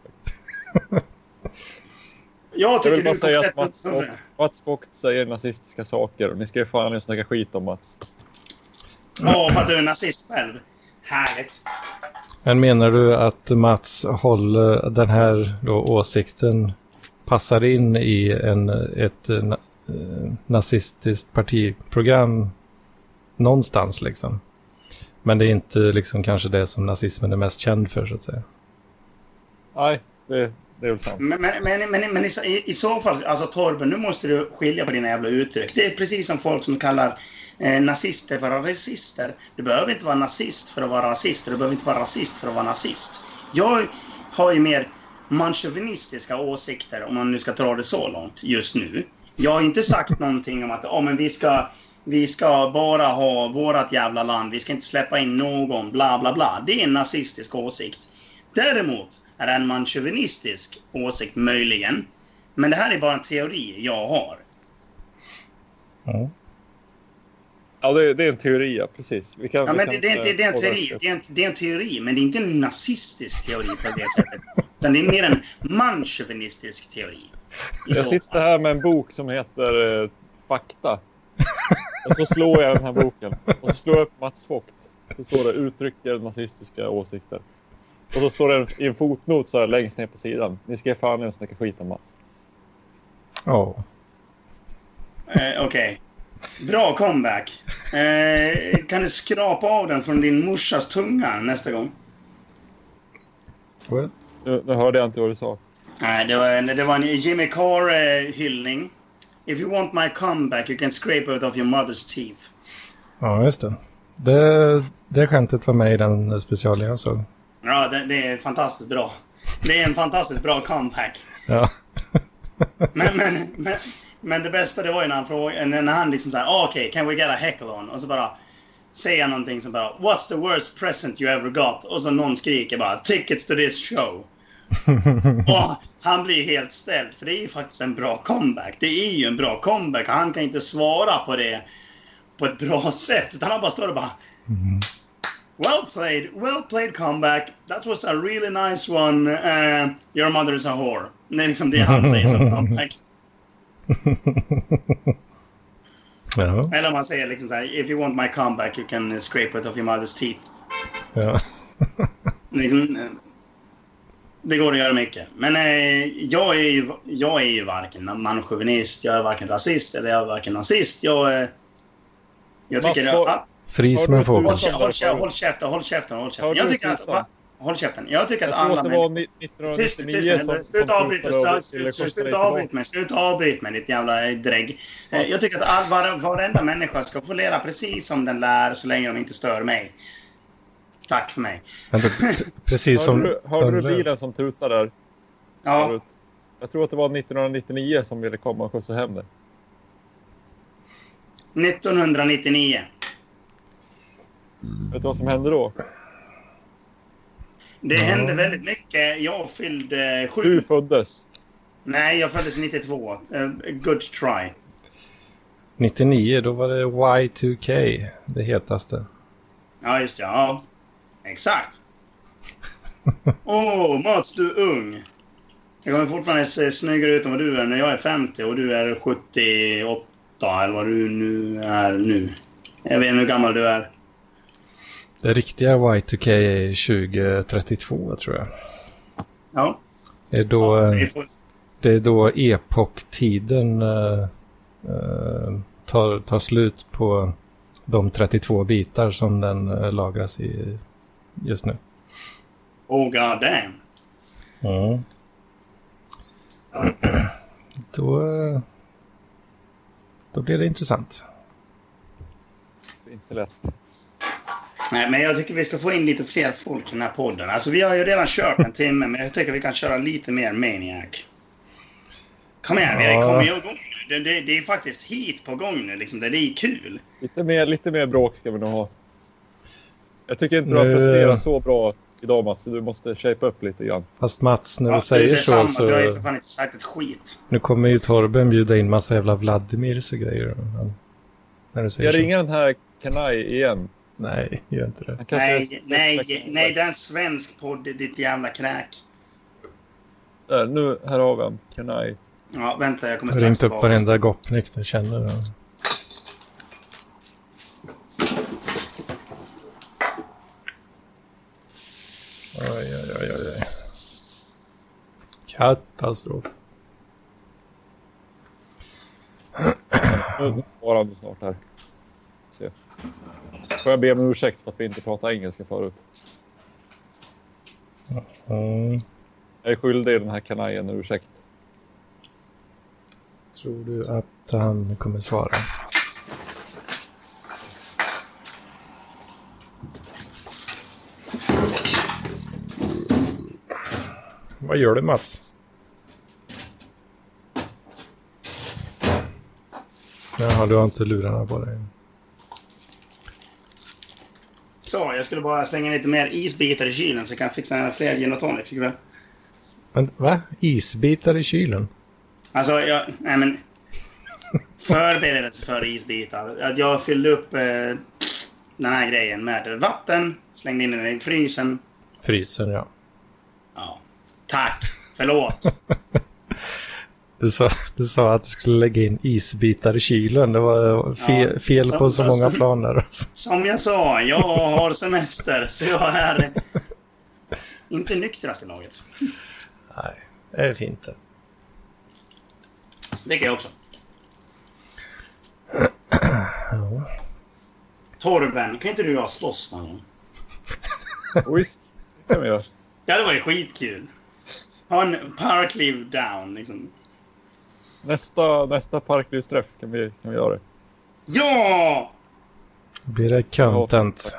Jag Jag tycker vill bara du säga att komplett Mats Vogt, Mats Vogt säger nazistiska saker. Och ni ska ju fan snacka skit om Mats. Ja, för att du är nazist själv. Härligt. Men menar du att Mats håller den här då åsikten passar in i en, ett na, nazistiskt partiprogram någonstans liksom? Men det är inte liksom kanske det som nazismen är mest känd för, så att säga. Nej, det, det är väl sant. Men, men, men, men, men i, i så fall, alltså Torben, nu måste du skilja på dina jävla uttryck. Det är precis som folk som kallar eh, nazister för rasister. Du behöver inte vara nazist för att vara rasist. Du behöver inte vara rasist för att vara nazist. Jag har ju mer manchauvinistiska åsikter, om man nu ska dra det så långt just nu. Jag har inte sagt någonting om att oh, men vi ska... Vi ska bara ha vårat jävla land. Vi ska inte släppa in någon. Bla bla bla. Det är en nazistisk åsikt. Däremot är det en manchauvinistisk åsikt möjligen. Men det här är bara en teori jag har. Mm. Ja, det, det är en teori, ja, precis. Vi kan, Ja, vi men kan det, det, det, det, är en teori. Det, är en, det är en teori, men det är inte en nazistisk teori på det sättet. Utan det är mer en manchauvinistisk teori. Jag sitter här med en bok som heter eh, Fakta. Och så slår jag den här boken. Och så slår jag upp Mats Vogt. Så står det uttrycker nazistiska åsikter. Och så står det i en fotnot så här längst ner på sidan. Ni ska fan inte snacka skit om Mats. Ja. Oh. Eh, Okej. Okay. Bra comeback. Eh, kan du skrapa av den från din morsas tunga nästa gång? Well. Nu, nu hörde jag inte vad du sa. Nej, det var, det var en Jimmy Carr-hyllning. If you want my comeback, you can scrape out of your mother's teeth. Ja, just det. Det, det skämtet var med i den specialen jag såg. Ja, det, det är fantastiskt bra. Det är en fantastiskt bra comeback. Ja. men, men, men, men det bästa det var ju när han, frågade, när han liksom såhär, oh, okej, okay, can we get a heckle on? Och så bara säger någonting som bara, what's the worst present you ever got? Och så någon skriker bara, tickets to this show. Och han blir helt ställd, för det är ju faktiskt en bra comeback. Det är ju en bra comeback. Han kan inte svara på det på ett bra sätt, utan han bara står och bara mm. Well played, well played comeback. That was a really nice one. Uh, your mother is a whore. Det är liksom det han säger som comeback. Ja. Eller om man säger liksom så här, if you want my comeback you can scrape it off your mother's teeth. Ja. Liksom, det går att göra mycket. Men eh, jag, är ju, jag är ju varken manchauvinist, jag är varken rasist eller jag är varken nazist. Jag, eh, jag tycker... Får, ah, fri som en fågel. Håll, håll, håll käften, håll käften, håll käften. Jag tycker att... Va, Håll käften. Jag tycker att Jag tror alla... att det var nittonhundranittionio som, Sluta som avbryta, slutade sluta till sluta avbryta mig, sluta avbryta mig, ditt jävla drägg. Jag tycker att all, var, varenda människa ska få leva precis som den lär så länge de inte stör mig. Tack för mig. Vänta, precis som... Hörde du, hörde du bilen som tutade där? Ja. Förut? Jag tror att det var nittonhundranittionio som ville komma och skjutsa hem det. nittonhundranittionio. Vet du vad som hände då? Det Ja. hände väldigt mycket. Jag fyllde sju. Du föddes. Nej, jag föddes nittiotvå. Uh, good try. nittionio, då var det Y two K, det hetaste. Ja, just det. Ja, exakt. Åh, oh, Mats, du är ung. Jag kommer fortfarande se snyggare ut än vad du är när jag är femtio och du är sjuttioåtta eller vad du nu är nu. Jag vet inte hur gammal du är. Det riktiga Y two K är tjugo trettiotvå, tror jag. Ja. Det är då, Ja, vi får... det är då epoktiden uh, uh, tar, tar slut på de trettiotvå bitar som den uh, lagras i just nu. Oh, god damn. Mm. Då, uh, då blir det intressant. Det är inte lätt. Nej, men jag tycker vi ska få in lite fler folk i den här podden. Alltså, vi har ju redan kört en timme, men jag tycker vi kan köra lite mer Maniac. Kom igen, vi Ja. kommer ju igång nu. Det, det, det är faktiskt hit på gång nu, liksom. Det, det är kul. Lite mer, lite mer bråk ska vi nog ha. Jag tycker inte du har Nu- presterat så bra idag, Mats. Så du måste shape upp lite grann. Fast Mats, när Ja, du säger det är så, samma. så Du har ju för fan inte sagt ett skit. nu kommer ju Torben bjuda in massa jävla Vladimirs och grejer. Men, när du säger Jag så. ringer den här Kanai igen. Nej, gör inte det. Han kanske Nej, är- nej, nej, det är en svensk podd, ditt jävla kräk. Där, nu, här har vi en Kanai. Ja, vänta, jag kommer Jag har strax ringt upp tillbaka. varenda goppnick du känner. Då. Oj, oj, oj, oj, oj. Katastrof. Nu svarar han snart här. Se. Får jag be om ursäkt för att vi inte pratar engelska förut. Mm. Jag är skyldig den här kanajen en ursäkt. Tror du att han kommer svara? Vad gör du, Mats? Jaha, du har inte lurarna på dig. Så, jag skulle bara slänga lite mer isbitar i kylen så jag kan fixa fler gin och tonics ikväll. Men, va? Isbitar i kylen? Alltså, jag... Nej, men... Förberedelse för isbitar. Att jag fyllde upp eh, den här grejen med vatten, slängde in den i frysen. Frysen, ja. Ja. Tack. Förlåt. Du sa, du sa att du skulle lägga in isbitar i kylen. Det var fel, Ja, fel så- på så så- många så- planer. Som jag sa, jag har semester så jag är inte nyktrast i laget. Nej, det är fint det. Det kan jag också. Ja. Torben, kan inte du och jag slåss någon gång? Och visst, det kan vi göra. Ja, det var ju skitkul. Ha en parkliv down, liksom. Nästa, nästa parklivsträff kan vi, kan vi göra det. Ja! Då blir det content.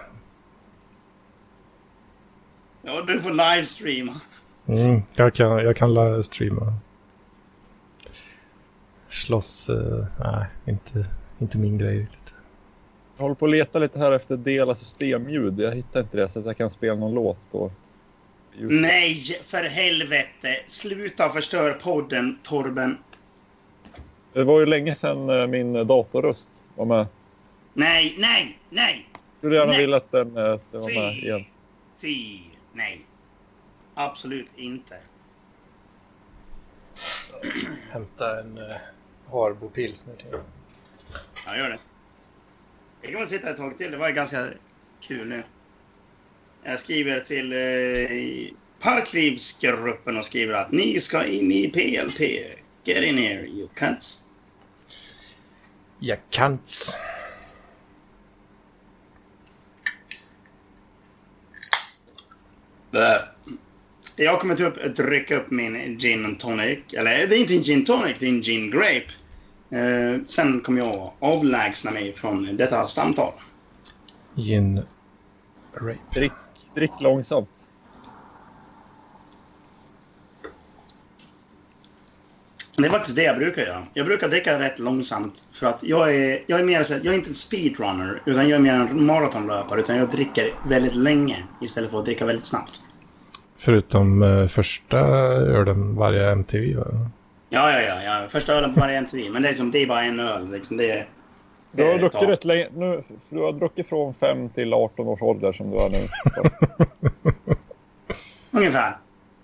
Ja, du får livestreama. Mm, jag kan, jag kan la- streama. Slåss, uh, nej, inte, inte min grej riktigt. Jag håller på att leta lite här efter dela systemljud. Jag hittar inte det så att jag kan spela någon låt på YouTube. Nej, för helvete. Sluta förstör podden, Torben. Det var ju länge sedan eh, min datorröst var med. Nej, nej, nej. Jag skulle gärna Nej. vilja att den, eh, att den var med Fy. igen. Fy, nej. Absolut inte. Hämta en uh, Harbo pilsner till. Ja, gör det. Jag kan väl sitta ett tag till. Det var ju ganska kul nu. Jag skriver till eh, Parklivsgruppen och skriver att ni ska in i P L P. Get in here, you cunts. Jag kants. Jag kommer ta upp, dricka upp min gin and tonic. Eller det är inte en gin tonic, det är en gin grape. Eh, sen kommer jag avlägsna mig från detta samtal. Gin rape. Drick, drick långsamt. Det är faktiskt det jag brukar göra. Jag brukar dricka rätt långsamt. För att jag är, jag är mer så jag är inte en speedrunner. Utan jag är mer en maratonlöpare. Utan jag dricker väldigt länge. Istället för att dricka väldigt snabbt. Förutom uh, första ölen varje M T V, va? Ja, ja, ja, ja. Första ölen på varje M T V. Men det är, som, det är bara en öl. Liksom det är, Du har druckit rätt länge. Nu, du har druckit från fem till arton års ålder som du har nu. Ungefär.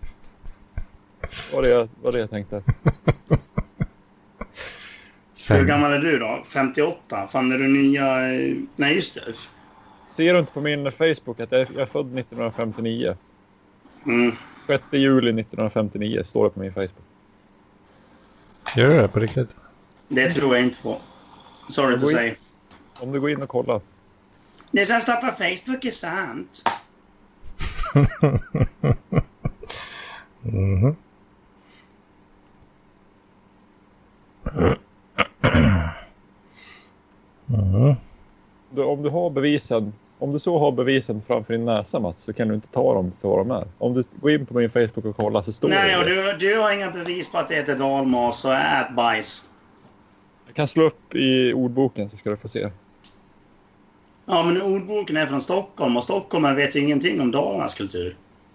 Vad det var det jag tänkte. Hur gammal är du då? femtioåtta? Fann du nya... Nej, just det. Ser du inte på min Facebook att jag är, jag är född nittonhundrafemtionio? Mm. sjätte juli nittonhundrafemtionio står det på min Facebook. Gör du det på riktigt? Det tror jag inte på. Sorry to say. Om du går in och kollar. Det som står på Facebook är sant. Mhm. Mm. Du, om du har bevisen, om du så har bevisen framför din näsa, Mats, så kan du inte ta dem för vad de är. Om du går in på min Facebook och kollar så står Nej, det. och du, du har inga bevis på att det heter dalmas och ät bajs. Jag kan slå upp i ordboken så ska du få se. Ja, men ordboken är från Stockholm och stockholmare vet ju ingenting om Dalarnas kultur.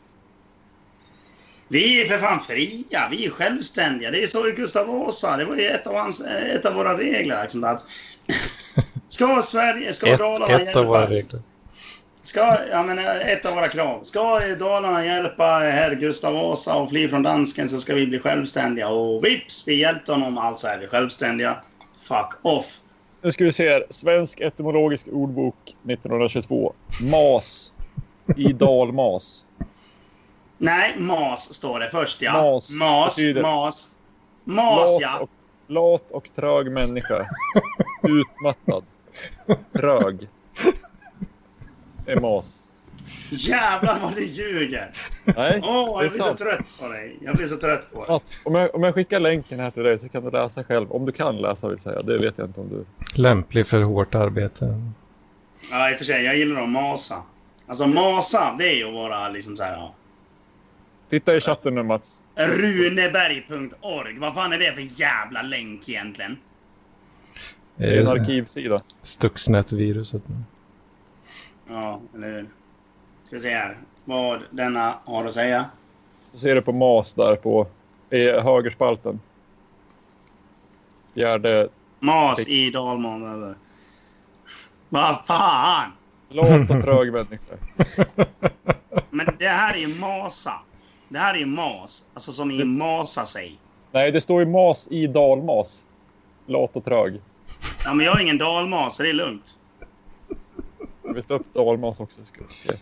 Vi är för fan fria, vi är självständiga. Det är så i Gustav Vasa, det var ju ett av, hans, ett av våra regler. Liksom, att ska Sverige, ska ett, Dalarna ett av våra regler. Ska, ja, men ett av våra krav. Ska Dalarna hjälpa herr Gustav Vasa och fly från dansken så ska vi bli självständiga. Och vips, vi hjälpte honom, alltså är vi självständiga. Fuck off. Nu ska vi se här. Svensk etymologisk ordbok nittonhundratjugotvå. Mas. I dalmas. Nej, mas står det först, ja. Mas. Mas, betyder mas. Mas, lat ja. och, lat och trög människa. Utmattad. Trög. Är mas. Jävlar vad du ljuger. Nej, Åh, det är jag blir så sant. trött på dig. Jag blir så trött på dig. Mats, om jag, om jag skickar länken här till dig så kan du läsa själv. Om du kan läsa vill säga. Det vet jag inte om du... Lämplig för hårt arbete. Ja, i och för sig. Jag gillar att masa. Alltså masa, det är ju att vara liksom så här, ja. Titta i chatten nu, Mats. Runeberg punkt org. Vad fan är det för jävla länk egentligen? Det är en arkivsida. Stuxnet-viruset. Ja, eller hur? Ska vi se här. Vad denna har att säga. Så ser du på mas där på i högerspalten. Fjärde... Mas i dalman eller... Vad fan? Lat och trög människa. Men det här är ju masa. Det här är ju mas. Alltså som i masa sig. Nej, det står ju mas i dalmas. Lat och trög. Ja, men jag har ingen dalmas så det är lugnt. Vi står upp dalmas också. Ska vi se.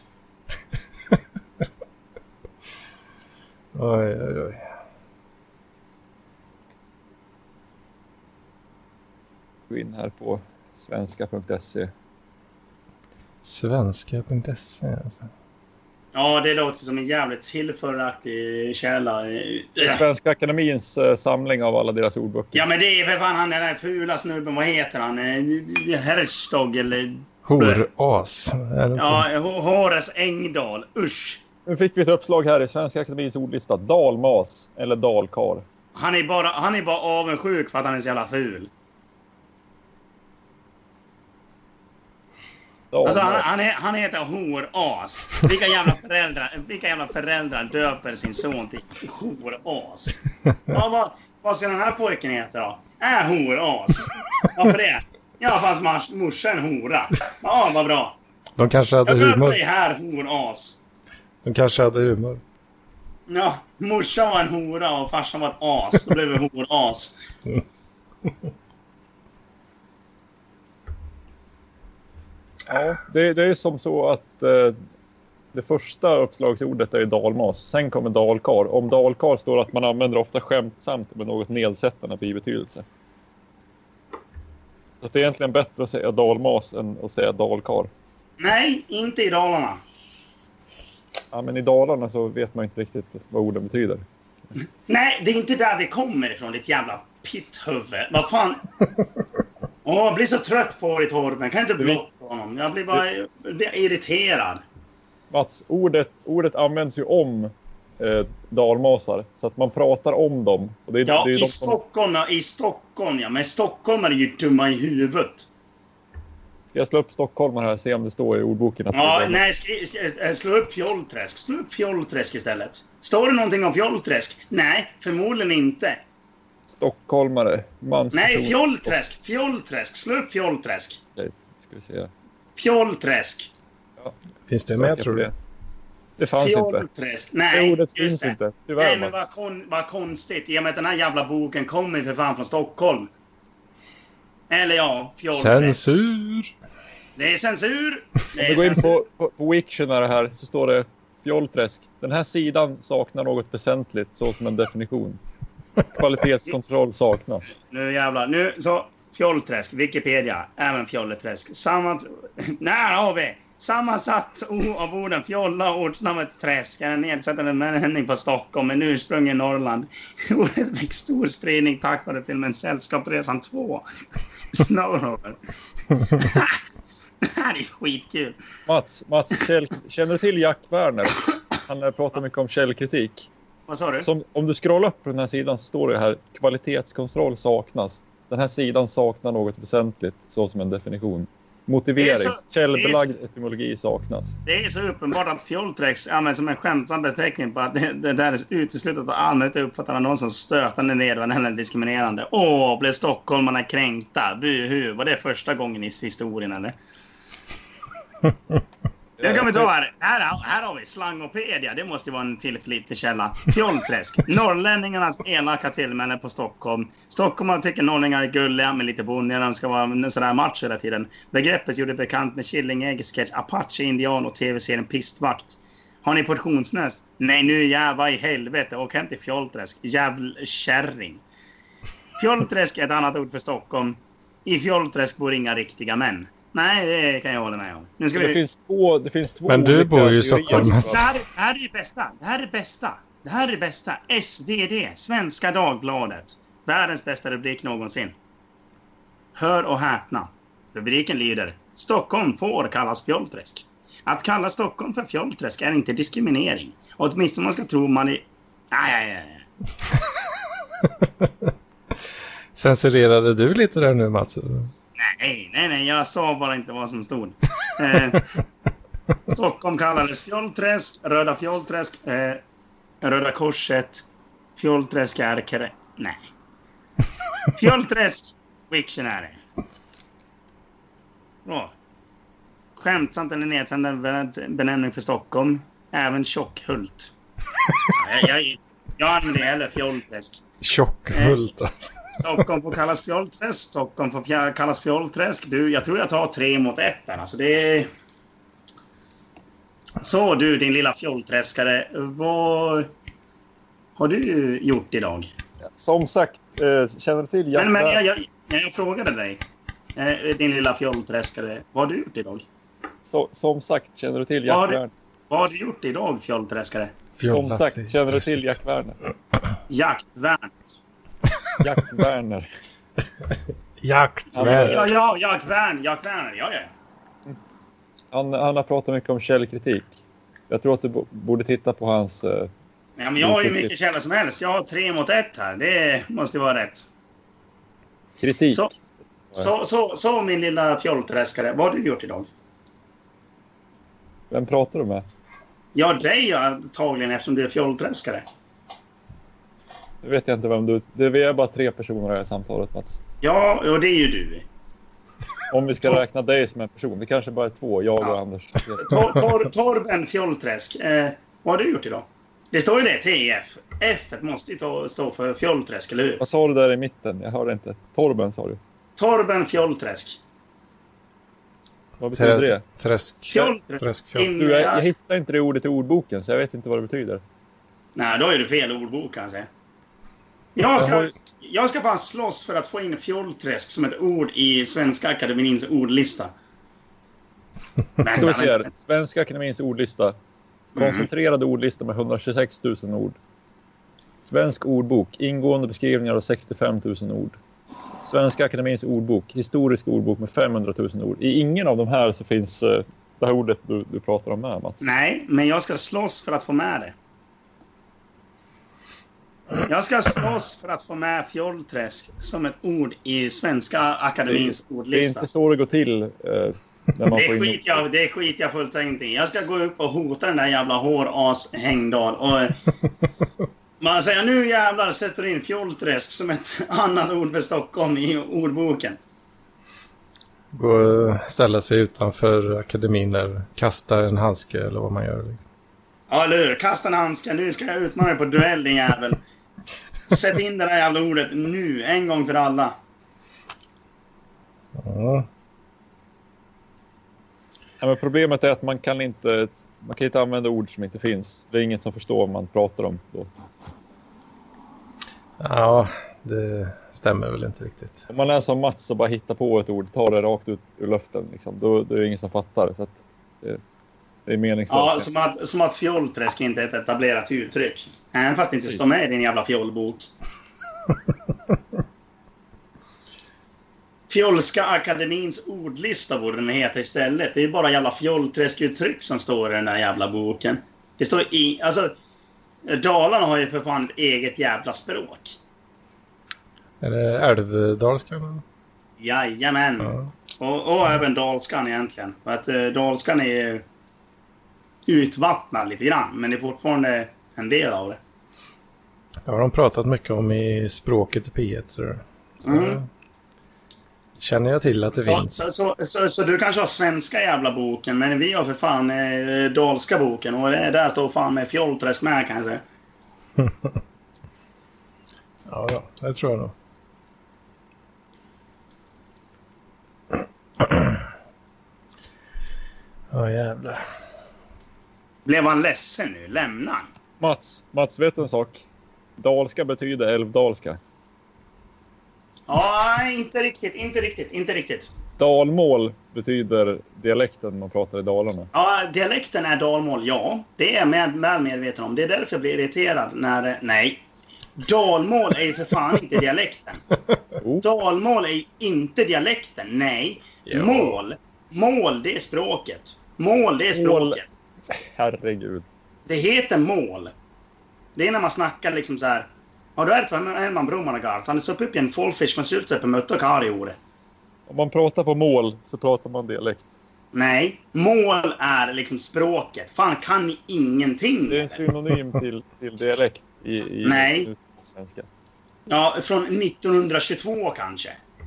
Oj, oj, oj. Gå in här på svenska punkt se. Svenska punkt se alltså. Ja, det låter som en jävligt tillförlaktig källa. Svenska Akademins uh, samling av alla deras ordböcker. Ja, men det är för fan han den där fula snubben. Vad heter han? Herrstog eller... Horas. Ja, Horace Engdahl. Usch. Nu fick vi ett uppslag här i Svenska Akademins ordlista. Dalmas eller dalkar. Han är bara, han är bara avundsjuk för att han är så jävla ful. Alltså han, han, är, han heter horas. Vilka jävla föräldrar, vilka jävla föräldrar döper sin son till horas? Ja, vad, vad ska den här pojken heta då? Är horas. Varför det? Ja, fast mars, morsa är en hora. Ja, vad bra. De kanske hade Jag humor. döper dig här, horas. De kanske hade humor. Ja, morsa var en hora och farsan var ett as. Då blev det horas. Ja, det, det är som så att eh, det första uppslagsordet är dalmas. Sen kommer dalkar. Om dalkar står att man använder ofta skämtsamt med något nedsättande bibetydelse. Så det är egentligen bättre att säga dalmas än att säga dalkar. Nej, inte i Dalarna. Ja, men i Dalarna så vet man inte riktigt vad orden betyder. Nej, det är inte där vi kommer ifrån, ditt jävla pitthuvud. Vad fan? Åh, jag blir så trött på dig, Torben. Kan inte blocka honom? Jag blir bara jag blir irriterad. Mats, ordet, ordet används ju om eh, dalmasar. Så att man pratar om dem. Och det är, Ja, det är i, de Stockholm, som... i Stockholm, ja. Men Stockholm är ju dumma i huvudet. Ska jag slå upp stockholmare här och se om det står i ordboken? Att Ja, det är nej, skri, skri, slå upp Fjollträsk. Slå upp Fjollträsk istället. Står det någonting om Fjollträsk? Nej, förmodligen inte. Stockholmare. Mans Nej, person. Fjollträsk. Fjollträsk. Slå upp Fjollträsk. Okej, ska vi se. Fjollträsk. Ja, Finns det med, tror du? det. Det fanns inte. Fjollträsk. Nej, Det ordet just finns det. inte. Tyvärr, Nej, men Mats. vad, kon, vad konstigt. I och med att den här jävla boken kommer ju för fan från Stockholm. Eller ja, Fjollträsk. Censur! Det är censur. Det Om är vi går in censur. på, på, på Wiktionary här så står det Fjollträsk. Den här sidan saknar något väsentligt, så som en definition. Kvalitetskontroll saknas. Nu jävlar. Nu så Fjollträsk, Wikipedia, även Fjolleträsk. Samma när har vi sammansatt av orden fjolla och ortsnamnet träsk är en nedsättande benämning på Stockholm med ursprung i Norrland. Ordet fick stor spridning tack vare filmen Sällskapsresan två. Snowrover. Det här är skitkul. Mats, Mats käll, känner du till Jack Werner? Han pratar mycket om källkritik. Vad sa du? Som, om du scrollar upp på den här sidan så står det här kvalitetskontroll saknas. Den här sidan saknar något väsentligt, så som en definition. Motivering, så- källbelagd det är etymologi saknas. Det är så uppenbart att Fjollträsk används som en skämtsam beteckning på att det, det där är uteslutet att allmänt uppfattar någon som stötande, nedvärderande eller diskriminerande. Åh, blev stockholmarna kränkta? Buhu, var det första gången i historien eller? Nu kan vi ta här. Här, här har vi Slangopedia. Det måste vara en tillförlitlig källa. Fjollträsk. Norrlänningarnas elaka tillmälen på Stockholm. Stockholmare tycker norrlänningar är gulliga men lite bonniga. De ska vara en sån där match hela tiden. Begreppet gjorde bekant med Killinggeggs sketch Apache Indian och tv-serien Pistvakt. Har ni portionsnäst? Nej, nu jävla i helvete. Och hem till Fjollträsk. Jävl kärring. Fjollträsk är ett annat ord för Stockholm. I Fjollträsk bor inga riktiga män. Nej, det kan jag hålla med om. Nu ska Det vi... finns två, det finns två Men du olika bor ju i teorier. Stockholm. Det här, det här är det bästa. Det här är det bästa. Det här är det bästa. S V D, Svenska Dagbladet. Världens bästa rubrik någonsin. Hör och häpna. Rubriken lyder: Stockholm får kallas Fjollträsk. Att kalla Stockholm för Fjollträsk är inte diskriminering. Och åtminstone man ska tro man är... Nej, nej, nej. Censurerade du lite där nu, Mats? Nej, nej, nej. Jag sa bara inte vad som stod. Eh, Stockholm kallades Fjollträsk. Röda Fjollträsk. Eh, Röda Korset. Fjollträsk är... Kre- nej. Fjollträsk. Wiktionary. Bra. Skämtsamt eller nedsättande benämning för Stockholm. Även Tjockhult. Jag, jag, jag använder det heller Fjollträsk. Tjockhult alltså. Stockholm får kallas Fjollträsk. Stockholm får fjär, kallas Fjollträsk. Du, jag tror jag tar tre mot ett där. Alltså det är... Så du, din lilla fjollträskare. Vad har du gjort idag? Som sagt, eh, känner du till Jack Men, men Werner? jag, jag, jag, jag frågade dig. Eh, din lilla fjollträskare. Vad har du gjort idag? Så, som sagt, känner du till Vad har Jack du- Werner? Vad har du gjort idag, fjollträskare? Som Fjollat sagt, i känner du träsket. till Jack Werner? Jaktvärnt. Jack Werner. Jakt. Ja, Väl. Ja, ja, Jack Werner. Jack Werner, ja, ja. Han, han har pratat mycket om källkritik. Jag tror att du bo- borde titta på hans... Eh, Ja, men jag har ju mycket källor som helst. Jag har tre mot ett här. Det måste vara rätt. kritik. Så, så, så, så min lilla fjollträskare. Vad har du gjort idag? Vem pratar du med? Ja, dig antagligen eftersom du är fjollträskare. Det vet jag inte vem du... Det vi är bara tre personer i det här samtalet, Mats. Ja, och det är ju du. Om vi ska Tor- räkna dig som en person. Det kanske bara är två, jag och Ja. Anders. Tor, tor, Torben Fjollträsk. Eh, vad har du gjort idag? Det står ju det, T F. F måste ju ta- stå för Fjollträsk, eller hur? Vad sa du där i mitten? Jag hörde inte. Torben sa du. Torben Fjollträsk. Vad betyder det? Träsk. Fjollträsk. Träskfjoll. In, Du, jag, jag hittar inte det ordet i ordboken, så jag vet inte vad det betyder. Nej, då är du fel ordbok kanske. Jag Jag har ska, ju- jag ska bara slåss för att få in Fjollträsk som ett ord i Svenska Akademiens ordlista. Ska vi Vänta, se här. vänta. Svenska Akademins ordlista. Koncentrerad ordlista med hundratjugosex tusen ord. Svensk ordbok, ingående beskrivningar av sextiofem tusen ord. Svenska Akademins ordbok, historisk ordbok med femhundra tusen ord. I ingen av de här så finns uh, det här ordet du, du pratar om med, Mats. Nej, men jag ska slåss för att få med det. Jag ska slåss för att få med fjollträsk som ett ord i Svenska Akademins det, ordlista. Det är inte så det går till. Uh, när man det, får är in... skit jag, det är skit jag fullständigt i. Jag ska gå upp och hota den där jävla håras Hängdal. Och man säger nu jävlar sätter in fjollträsk som ett annat ord för Stockholm i ordboken. Gå och ställa sig utanför akademin där, kasta en handske eller vad man gör. Liksom. Ja, lur. Kasta en handske. Nu ska jag utmana dig på duell, din jävel. Sätt in det där jävla ordet nu, en gång för alla. Ja. Ja, men problemet är att man kan inte man kan inte använda ord som inte finns. Det är inget som förstår vad man pratar om då. Ja, det stämmer väl inte riktigt. Om man är som Mats och bara hittar på ett ord, tar det rakt ut ur luften liksom, då, då är det ingen som fattar. Så att det, det är meningslöst. Ja, som att, som att fjollträsk inte är ett etablerat uttryck. Även fast det inte står med i din jävla fjollbok. Fjollska Akademins ordlista borde den heta istället. Det är bara jävla fjollträskuttryck som står i den där jävla boken. Det står i... Alltså, Dalarna har ju för fan ett eget jävla språk. Är det älvdalskan? Jajamän. Ja. Och, och även dalskan egentligen. För att eh, dalskan är utvattnad lite grann. Men det är fortfarande en del av det. Det har de pratat mycket om i språket i P ett. Så, så Mm. känner jag till att det Så, finns. så, så, så, så du kanske har svenska jävla boken. Men vi har för fan eh, dalska boken. Och det, där står fan med fjollträsk med, kan jag säga. Ja, ja, det tror jag nog. Ja, jävlar. Blev han ledsen nu? Lämna han? Mats, Mats, vet du en sak? Dalska betyder älvdalska. Ja, inte riktigt, inte riktigt, inte riktigt. Dalmål betyder dialekten man pratar i Dalarna. Ja, dialekten är dalmål, ja. Det är jag med, väl medveten om. Det är därför jag blir irriterad när... Nej. Dalmål är ju för fan inte dialekten. Oh. Dalmål är inte dialekten, nej. Ja. Mål. Mål, det är språket. Mål, det är Mål. språket. Herregud. Det heter mål. Det är när man snackar liksom så här. Har du hört vad Herman Broman har gjort? Han har stått upp i en folkfisk med slutet på mötta och kar i ordet. Om man pratar på mål så pratar man dialekt. Nej, mål är liksom språket. Fan, kan ni ingenting? Det är en synonym till, till dialekt i, i Nej. svenska. Ja, från nittonhundratjugotvå kanske.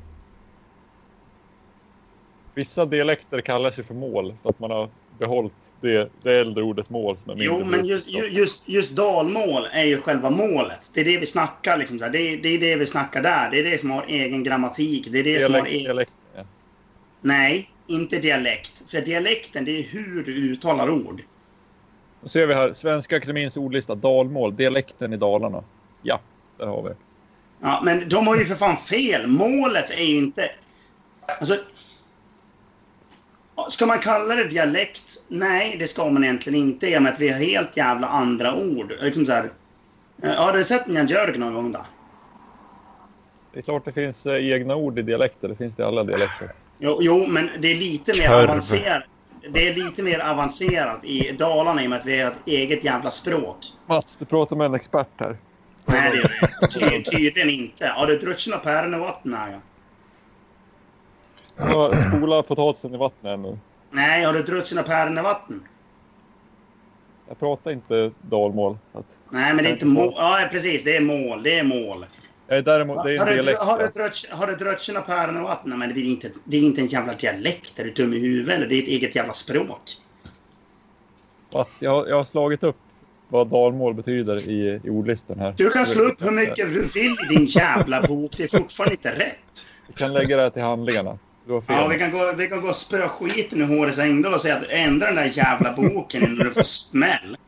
Vissa dialekter kallas ju för mål för att man har behållit det, det äldre ordet mål som är mindre. Jo, men just, just, just dalmål är ju själva målet. Det är det vi snackar liksom. Så här. Det, är, det är det vi snackar där. Det är det som har egen grammatik. Det är det dialekt, som har egen... dialekt, ja. Nej, inte dialekt. För dialekten, det är hur du uttalar ord. Nu ser vi här, Svenska Akademins ordlista, dalmål, dialekten i Dalarna. Ja, där har vi. Ja, men de har ju för fan fel. Målet är ju inte... Alltså... Ska man kalla det dialekt? Nej, det ska man egentligen inte. I och med att vi har helt jävla andra ord. Liksom så här... Har du sett Njan Jörg någon gång då? Det är klart det finns eh, egna ord i dialekter, det finns det i alla dialekter. Jo, jo, men det är lite mer Körv. avancerat. Det är lite mer avancerat i Dalarna i och med att vi har ett eget jävla språk. Mats, du pratar med en expert här. Nej, det är ty- tydligen inte. Har du druckit några päron i vatten här? Ja? Jag spolar potatisen i vattnet nu. Nej, har du druckit några päron i vatten? Jag pratar inte dalmål. Så att... Nej, men det är inte mål. Ja, precis. Det är mål. Det är mål. Jag är däremot, det är en Har du, dialekt. har, du ja. druckit, har du druckit några päron i vatten? Men det är, inte, det är inte en jävla dialekt. Är du dum i huvudet? Eller det är ett eget jävla språk. Mats, jag, har- jag har slagit upp vad dalmål betyder i, i ordlistan här. Du kan slå upp hur mycket du vill i din jävla bok. Det är fortfarande inte rätt. Vi kan lägga det här till handlingarna. Du har fel. Ja, vi kan gå, vi kan gå och spöa skiten ur Horace Engdahl och säga att ändra den där jävla boken innan du får smäll.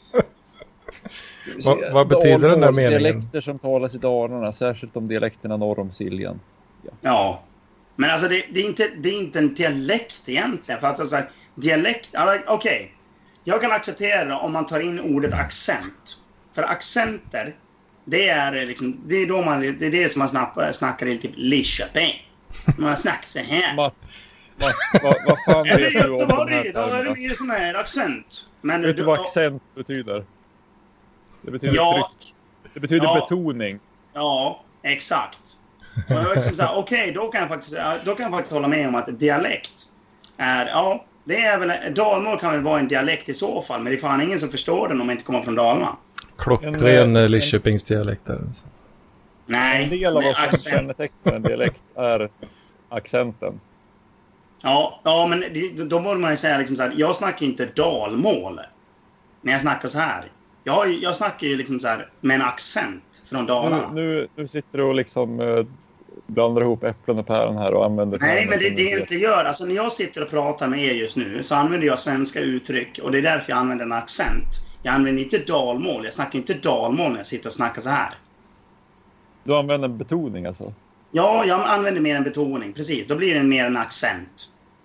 Vad- vad betyder den där meningen? Dialekter som talas i Dalarna, särskilt om dialekterna norr om Siljan. Ja. Men alltså det, det, är inte, det är inte en dialekt egentligen. För att alltså, dialekt, ja, okej. jag kan acceptera om man tar in ordet accent. För accenter, det är liksom, det är då man, det är det som man snackar, snackar i typ Lidköping. Man snackar så här. Mats, Mats, vad, vad fan Eller vet du om de Göteborg, här då är det termerna? mer sån här accent. Men Vet du vad accent betyder? Det betyder Ja. tryck. Det betyder Ja. betoning. Ja, exakt. Och jag var liksom så här, okej, då kan jag faktiskt då kan jag faktiskt hålla med om att dialekt är, ja, det är väl, dalmål kan väl vara en dialekt i så fall, men det är fan ingen som förstår den om man inte kommer från Dalarna. Klockren en, Lidköpingsdialekt där. Alltså. Nej, En del av men vad som accent. kännetecknar en dialekt är accenten. Ja, ja, men det, då borde man ju säga liksom så här, jag snackar inte dalmål när jag snackar så här. Jag, jag snackar ju liksom så här med en accent från Dalarna. Nu, nu, nu sitter du och liksom uh, blandar ihop äpplen och päron här och använder... Nej, men det är som det du jag vet. inte gör. Alltså när jag sitter och pratar med er just nu så använder jag svenska uttryck och det är därför jag använder en accent. Jag använder inte dalmål. Jag snackar inte dalmål när jag sitter och snackar så här. Du använder en betoning alltså? Ja, jag använder mer en betoning. Precis, då blir det mer en accent.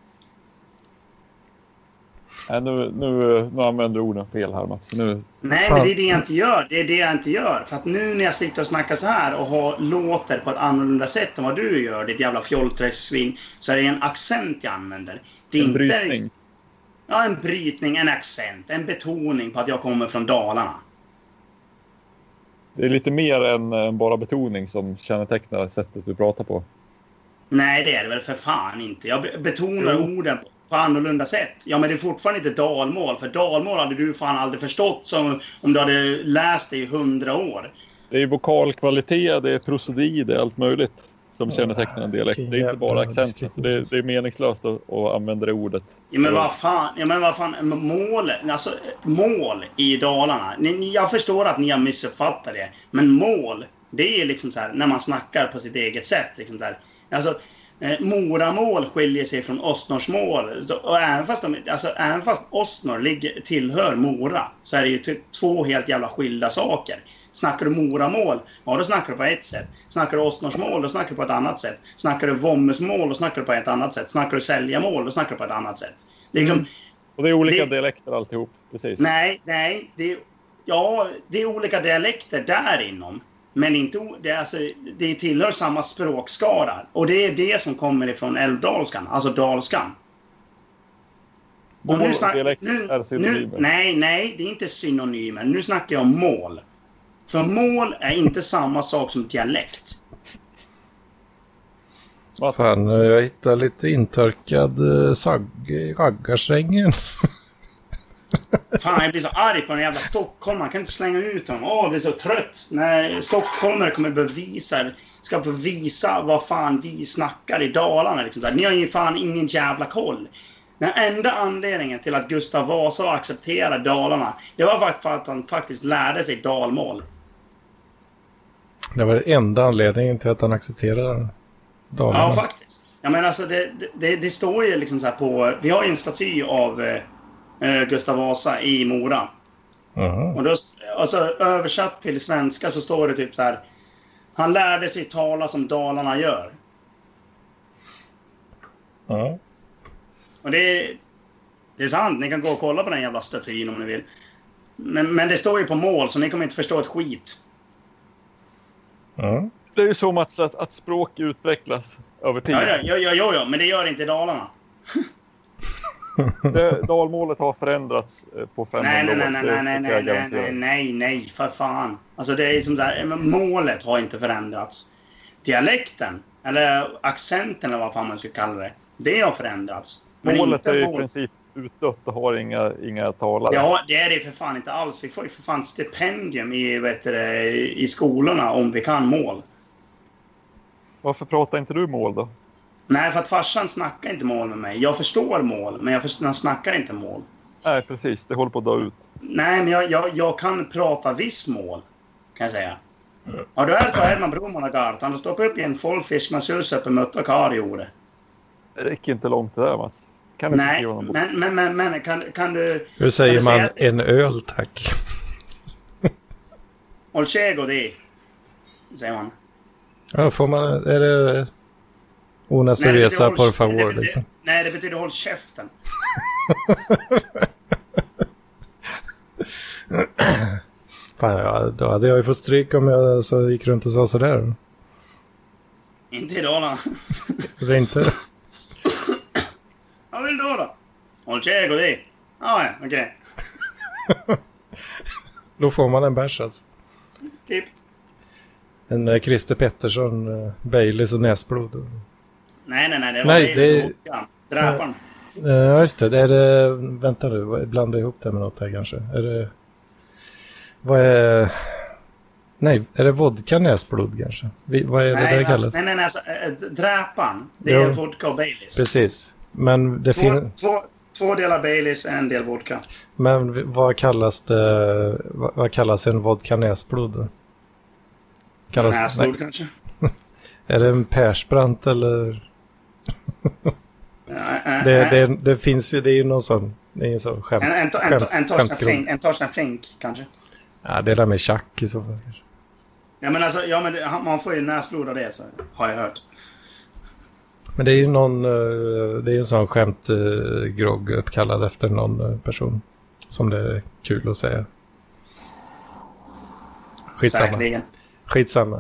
Nej, nu, nu, nu använder du orden fel här, Mats. Nu... Nej, Fan. men det är det jag inte gör. Det är det jag inte gör. För att nu när jag sitter och snackar så här och har, låter på ett annorlunda sätt än vad du gör, ditt jävla fjollträskssvin, så är det en accent jag använder. Det är En inte brytning. Ja, en brytning, en accent, en betoning på att jag kommer från Dalarna. Det är lite mer än, än bara betoning som kännetecknar sättet du pratar på. Nej, det är det väl för fan inte. Jag be- betonar Jo. orden på, på annorlunda sätt. Ja, men det är fortfarande inte dalmål. För dalmål hade du fan aldrig förstått som om du hade läst det i hundra år. Det är vokalkvalitet, det är prosodi, det är allt möjligt som kännetecknar en dialekt. Det är inte bara accenten, så det, det är meningslöst att, att använda det ordet. Ja, men vad fan, ja, men vad fan, mål, alltså mål i Dalarna. Ni, ni, jag förstår att ni har missuppfattat det. Men mål, det är liksom så här, när man snackar på sitt eget sätt. Liksom där. Alltså, eh, Moramål skiljer sig från Åsnorsmål. Så- Och även fast, de, alltså, även fast Åsnor ligger, tillhör Mora, så är det ju typ två helt jävla skilda saker. Snackar du Moramål, ja då snackar du på ett sätt. Snackar du Åsnorsmål, då snackar du på ett annat sätt. Snackar du Vommesmål, då snackar du på ett annat sätt. Snackar du Säljamål, då snackar du på ett annat sätt. Det är liksom, Mm. Och det är olika Det- dialekter alltihop, precis. nej, nej, det är, ja, det är olika dialekter där inom. Men inte, o- det, är alltså, det tillhör samma språkskara. Och det är det som kommer ifrån älvdalskan, alltså dalskan. Och Mål nu och snack- dialekt nu, är nu, synonymer. nej, nej, det är inte synonymer. Nu snackar jag om mål. För mål är inte samma sak som dialekt. Mats, Fan, jag hittade lite intörkad uh, sag i raggarsträngen. Fan, jag blir så arg på den jävla Stockholm. Man kan inte slänga ut honom. Åh, jag blir så trött. När stockholmare kommer bevisa, ska bevisa vad fan vi snackar i Dalarna. Liksom så här. Ni har ju fan ingen jävla koll. Den enda anledningen till att Gustav Vasa accepterade Dalarna, det var för att han faktiskt lärde sig dalmål. Det var den enda anledningen till att han accepterade Dalarna. Ja, faktiskt. Ja, men alltså, det, det, det står ju liksom så här på... Vi har ju en staty av eh, Gustav Vasa i Mora. Jaha. Och då, alltså, översatt till svenska så står det typ så här: han lärde sig tala som Dalarna gör. Ja. Och det, det är sant, ni kan gå och kolla på den jävla statyn om ni vill. Men, men det står ju på mål, så ni kommer inte förstå ett skit. Ja. det är ju så, Mats, att, att språk utvecklas över tid. Ja, ja, ja, ja, ja, ja, men det gör inte i Dalarna. Det, dalmålet har förändrats eh, på fem Nej, hundra nej, år. nej, det nej, kan nej, jag nej, garantera. nej, nej, nej, för fan. Alltså det är som där, målet har inte förändrats. Dialekten, eller accenten eller vad fan man ska kalla det, det har förändrats. Men Målet inte är i mål. princip utdött och har inga, inga talare. Ja, det är det för fan inte alls. Vi får ju för fan stipendium i, vet du, det, i skolorna om vi kan mål. Varför pratar inte du mål då? Nej, för att farsan snackar inte mål med mig. Jag förstår mål, men jag förstår, han snackar inte mål. Nej, precis. Det håller på att dö ut. Nej, men jag, jag, jag kan prata viss mål, kan jag säga. Har du hört vad Herman Broman har gjort? Han har stoppat upp i en full fisk med sursuppe mötta kar gjorde. Det räcker inte långt det där, Mats. Kan du inte Nej, skriva någon bok? men, men, men, men kan, kan du... Hur säger kan du man säga att- en öl, tack? Olchego di, säger man. Ja, får man... Är det... Una Nej, det betyder cerveza, håll- por det favor, betyder- liksom. Nej, det betyder håll käften. Fan, ja, då hade jag ju fått stryk om jag så gick runt och sa sådär. Inte idag då. Så inte. Vad vill du då? Håll käk och det. Ah, ja, okej. Okay. Då får man en bärs alltså. Typ. En uh, Christer Pettersson, uh, Baileys och näsblod. Nej, nej, nej. Det var Nej, Baileys det... och vodka. Dräparen. Ja, uh, just det. Det är det... Vänta nu, blanda ihop det med något här kanske. Är det... Vad är... Nej, är det vodka näsblod kanske? Vi, vad är nej, det där alltså, kallas? nej, nej, nej. Alltså, äh, dräparen, det jo. är vodka och Baileys. Precis. Men det två, finns... två, två delar Baileys, en del vodka. Men vad kallas det... Vad, vad kallas en vodka näsblod? Kallas... Näsblod nej. kanske. Är det en Persbrandt eller... äh, det, äh, det, det finns ju, det är ju någon sån... Det är en sån skämt. En, en, en, skämt, en, Torsten Frink, en Torsten Frink kanske. Ja, det är där med tjack i så fall kanske. Ja, men alltså, ja, men det, man får ju näsblod av det, så har jag hört. Men det är ju någon, uh, det är en sån skämt uh, grogg uppkallad efter någon uh, person som det är kul att säga. Skitsamma. Säkerligen. Skitsamma.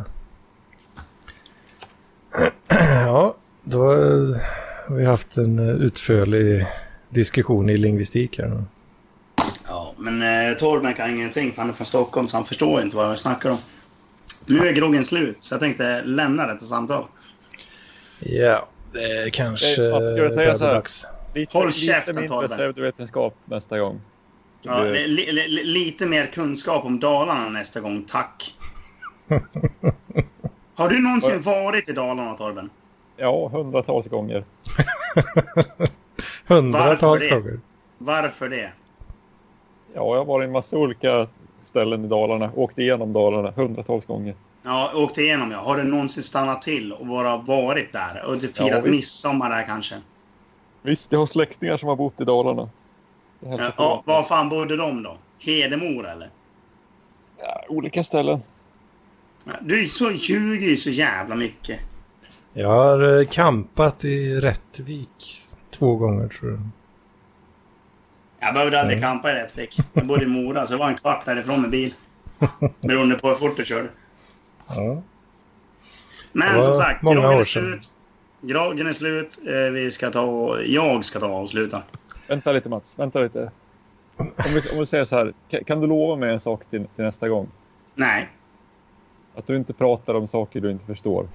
Ja, då uh, har vi haft en uh, utförlig diskussion i lingvistik här nu. Ja, men uh, Torben kan ingenting för han är från Stockholm så han förstår inte vad jag snackar om. Nu är groggen slut så jag tänkte lämna det till samtal. Ja, det är kanske Mats, ska jag säga så här? dags. Lite, Håll lite käften, mindre Torben. pseudovetenskap nästa gång. Ja, Du- li, li, li, lite mer kunskap om Dalarna nästa gång, tack. Har du någonsin varit i Dalarna, Torben? Ja, hundratals gånger. Hundratals Varför det? frågor. Varför det? Ja, jag har varit i en massa olika ställen i Dalarna. Åkt igenom Dalarna hundratals gånger. Ja, åkte igenom jag. Har du någonsin stannat till och bara varit där? Och du firat Ja, visst. midsommar där kanske? Visst, jag har släktingar som har bott i Dalarna. Jag hälsar Ja, på ja, dem. var fan bodde de då? Hedemora eller? Ja, olika ställen. Ja, du är så ljuger ju så jävla mycket. Jag har eh, kampat i Rättvik två gånger tror jag. Jag behövde aldrig Mm. kampa i Rättvik. Jag bodde i Mora så det var en kvart därifrån med bil. Beroende på hur fort du körde. Ja. Men Det var som sagt, många groggen är år sedan. slut. Groggen är slut. Eh, Vi ska ta och, jag ska ta och sluta. Vänta lite Mats, vänta lite. Om vi, om vi säger så här, kan, kan du lova mig en sak till, till nästa gång? Nej. Att du inte pratar om saker du inte förstår.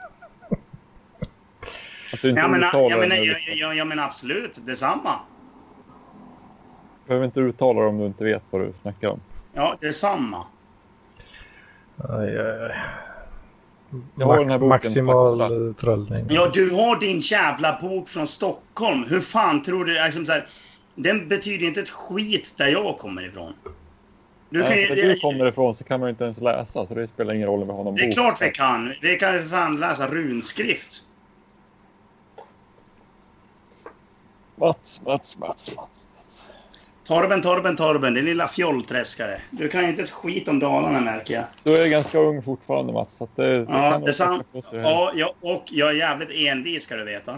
Att du inte Jag menar, uttalar jag, menar, dem. jag, jag, jag menar absolut detsamma. Du behöver inte uttala dem om du inte vet vad du snackar om. Ja, detsamma. Aj, aj, aj. Jag har den här boken, Maximal Fakta. eh, trollning. Ja, du har din jävla bok från Stockholm. Hur fan tror du... Liksom så här, den betyder inte ett skit där jag kommer ifrån. Du kan, Nej, ju- för där du kommer ifrån så kan man ju inte ens läsa. Så det spelar ingen roll om vi har någon det är bok. klart vi kan. Vi kan ju fan läsa runskrift. Mats, Mats, Mats, Mats. Mats. Torben, Torben, Torben, din lilla fjollträskare. Du kan ju inte ett skit om Dalarna, märker jag. Du är ganska ung fortfarande Mats. Så att det, det Ja, kan det är sant. på sig. Ja, ja, och jag är jävligt envis, ska du veta.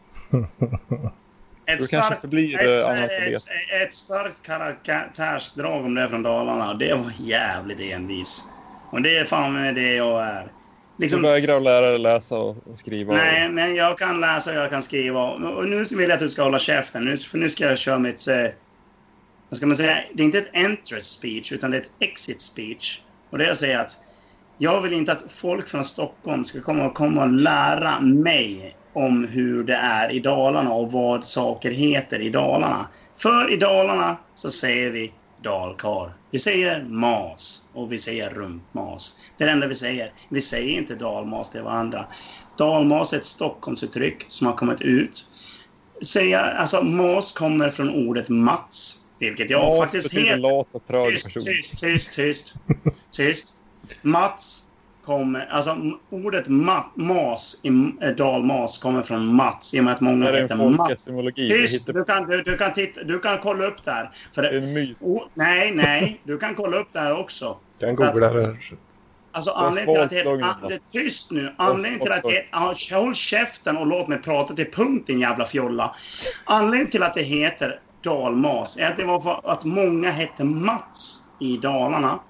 Ett Du kanske starkt, inte blir, ett, eh, analfabet. ett, ett starkt karaktärsdrag om det är från Dalarna. Det var jävligt envis. Och det är fan med det jag är. Du Liksom, vägrar att lära dig läsa och och skriva. nej, men jag kan läsa och jag kan skriva. Och nu vill jag att du ska hålla käften. Nu, för nu ska jag köra mitt... Eh, vad ska man säga? Det är inte ett entrance speech, utan det är ett exit speech. Och det jag säger att jag vill inte att folk från Stockholm ska komma och, komma och lära mig om hur det är i Dalarna och vad saker heter i Dalarna. För i Dalarna så säger vi dalkar. Vi säger mas och vi säger rumpmas. Det är det enda vi säger. Vi säger inte dalmas till varandra. Dalmas är ett Stockholmsuttryck som har kommit ut. Säga, alltså mas kommer från ordet Mats, vilket jag Mas faktiskt betyder heter. lat och trög Tyst, person. tyst, tyst, tyst. Tyst. Mats kommer, alltså m- ordet ma- mas i äh, dalmas kommer från Mats i och med att många Det är heter en Mats. folketymologi. Det Tyst, hittar du kan, du, du, kan titta, du kan kolla upp där. För det är det, en myt. oh, nej, nej, du kan kolla upp där också. Jag kan googla det. Alltså har anledningen till att svalt det långt är tyst nu. Anledningen till att det ja, håll käften och låt mig prata till punkt, din jävla fjolla. Anledningen till att det heter dalmas är att det var för att många hette Mats i Dalarna.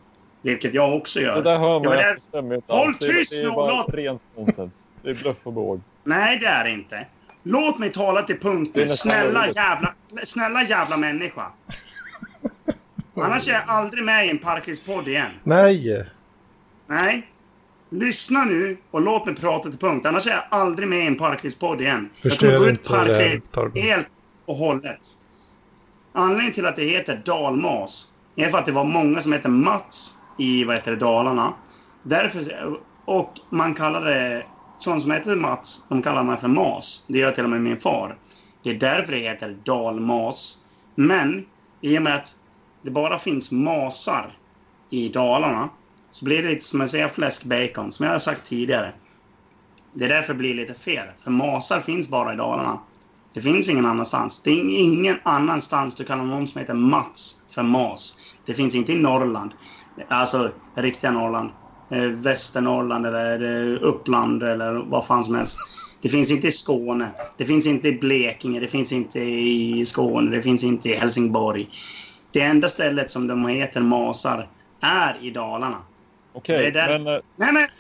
Vilket jag också gör. Det där hör man där... det stämmer inte. Håll Det är- tyst det är nu, bara låt- rent nonsens. Det är bluff och båg. Nej, det är det inte. Låt mig tala till punkt Det är nu. nästan Snälla löjligt. jävla, snälla jävla människa. Annars är jag aldrig med i en Parklivspodd igen. Nej! Nej. Lyssna nu och låt mig prata till punkt. Annars är jag aldrig med i en Parklivspodd igen. Förstår jag kommer gå ut inte det, Parkliv Torben. helt och hållet. Anledningen till att det heter dalmas är för att det var många som heter Mats i vad heter det, Dalarna. Därför, och man kallar det, sån som heter Mats, de kallar man för mas. Det gör till och med min far. Det är därför det heter dalmas. Men i och med att det bara finns masar i Dalarna så blir det lite som jag säger fläskbacon, som jag har sagt tidigare. Det är därför det blir lite fel. För masar finns bara i Dalarna. Det finns ingen annanstans. Det är ingen annanstans du kan ha någon som heter Mats för mas. Det finns inte i Norrland. Alltså riktiga Norrland. Eh, Västernorrland eller eh, Uppland eller vad fan som helst. Det finns inte i Skåne. Det finns inte i Blekinge. Det finns inte i Skåne. Det finns inte i Helsingborg. Det enda stället som de heter masar är i Dalarna. Okej, Det är där- men... eh, Nej men!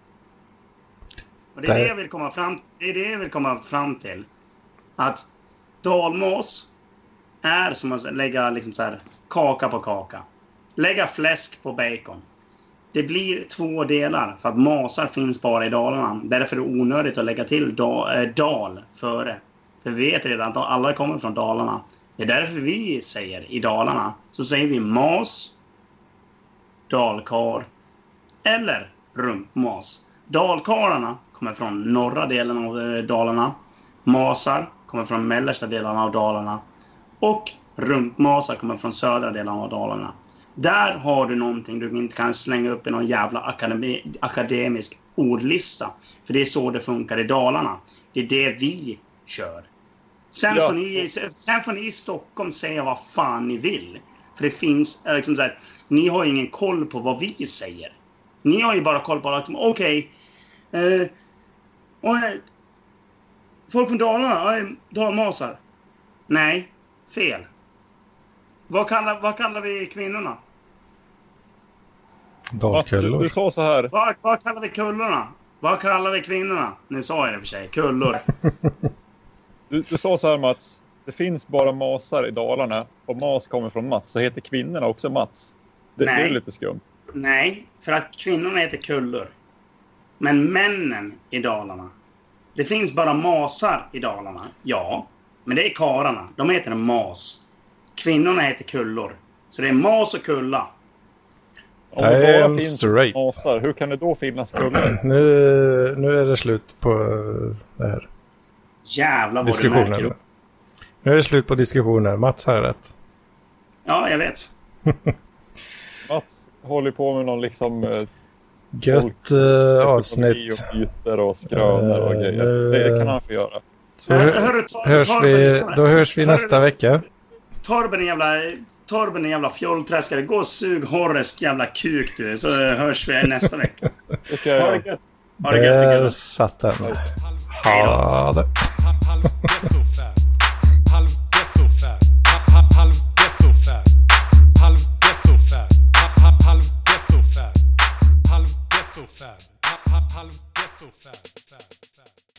Och det är Där- det jag vill komma fram, det är det jag vill komma fram till. Att dalmas är som att lägga liksom så här, kaka på kaka. Lägga fläsk på bacon. Det blir två delar för att masar finns bara i Dalarna. Därför är det onödigt att lägga till da, äh, dal före. För vi vet redan att alla kommer från Dalarna. Det är därför vi säger i Dalarna så säger vi mas, dalkar eller rumpmas. Dalkarlarna kommer från norra delen av eh, Dalarna. Masar kommer från mellersta delarna av Dalarna. Och rumpmasar kommer från södra delarna av Dalarna. Där har du någonting du inte kan slänga upp i någon jävla akademi, akademisk ordlista. För det är så det funkar i Dalarna. Det är det vi kör. Sen, Ja. får, ni, sen får ni i Stockholm säga vad fan ni vill. För det finns, är liksom så här, ni har ingen koll på vad vi säger. Ni har ju bara koll på att, okej, okay, eh, och, eh, folk från Dalarna, eh, dalmasar. Nej, fel. Vad kallar, vad kallar vi kvinnorna? Mats, du, Dalkullor. du sa så här. Vad, vad kallar vi kullorna? Vad kallar vi kvinnorna? Nu sa jag det för sig, kullor. Du, du sa så här, Mats. Det finns bara masar i Dalarna. Och mas kommer från Mats. Så heter kvinnorna också Mats. Det, det Nej. är lite skumt. Nej, för att kvinnorna heter kullor. Men männen i Dalarna. Det finns bara masar i Dalarna, ja. Men det är kararna, de heter mas. Kvinnorna heter kullor. Så det är mas och kulla. Om det bara Damn finns straight. masar, hur kan det då finnas kullor? Nu, nu är det slut på eh, det här. Jävlar vad du märker Diskussionen. upp. Nu är det slut på diskussioner. Mats har rätt. Ja, jag vet. Mats håller på med någon liksom... Eh, Gött eh, avsnitt. Och myter och skrönor och Eh, grejer. nu- Det kan han få göra. Så Hör- hö- hörru, Tor- hörs Torben, vi, då hörs vi hörru- nästa vecka. Torben är jävla, Torben är jävla fjollträskare. Gå och sug Horresk jävla kuk du. Så hörs vi nästa vecka. Det ska jag Ha göra. det gött. Ha det gött. Där gött. satt den. Ha det.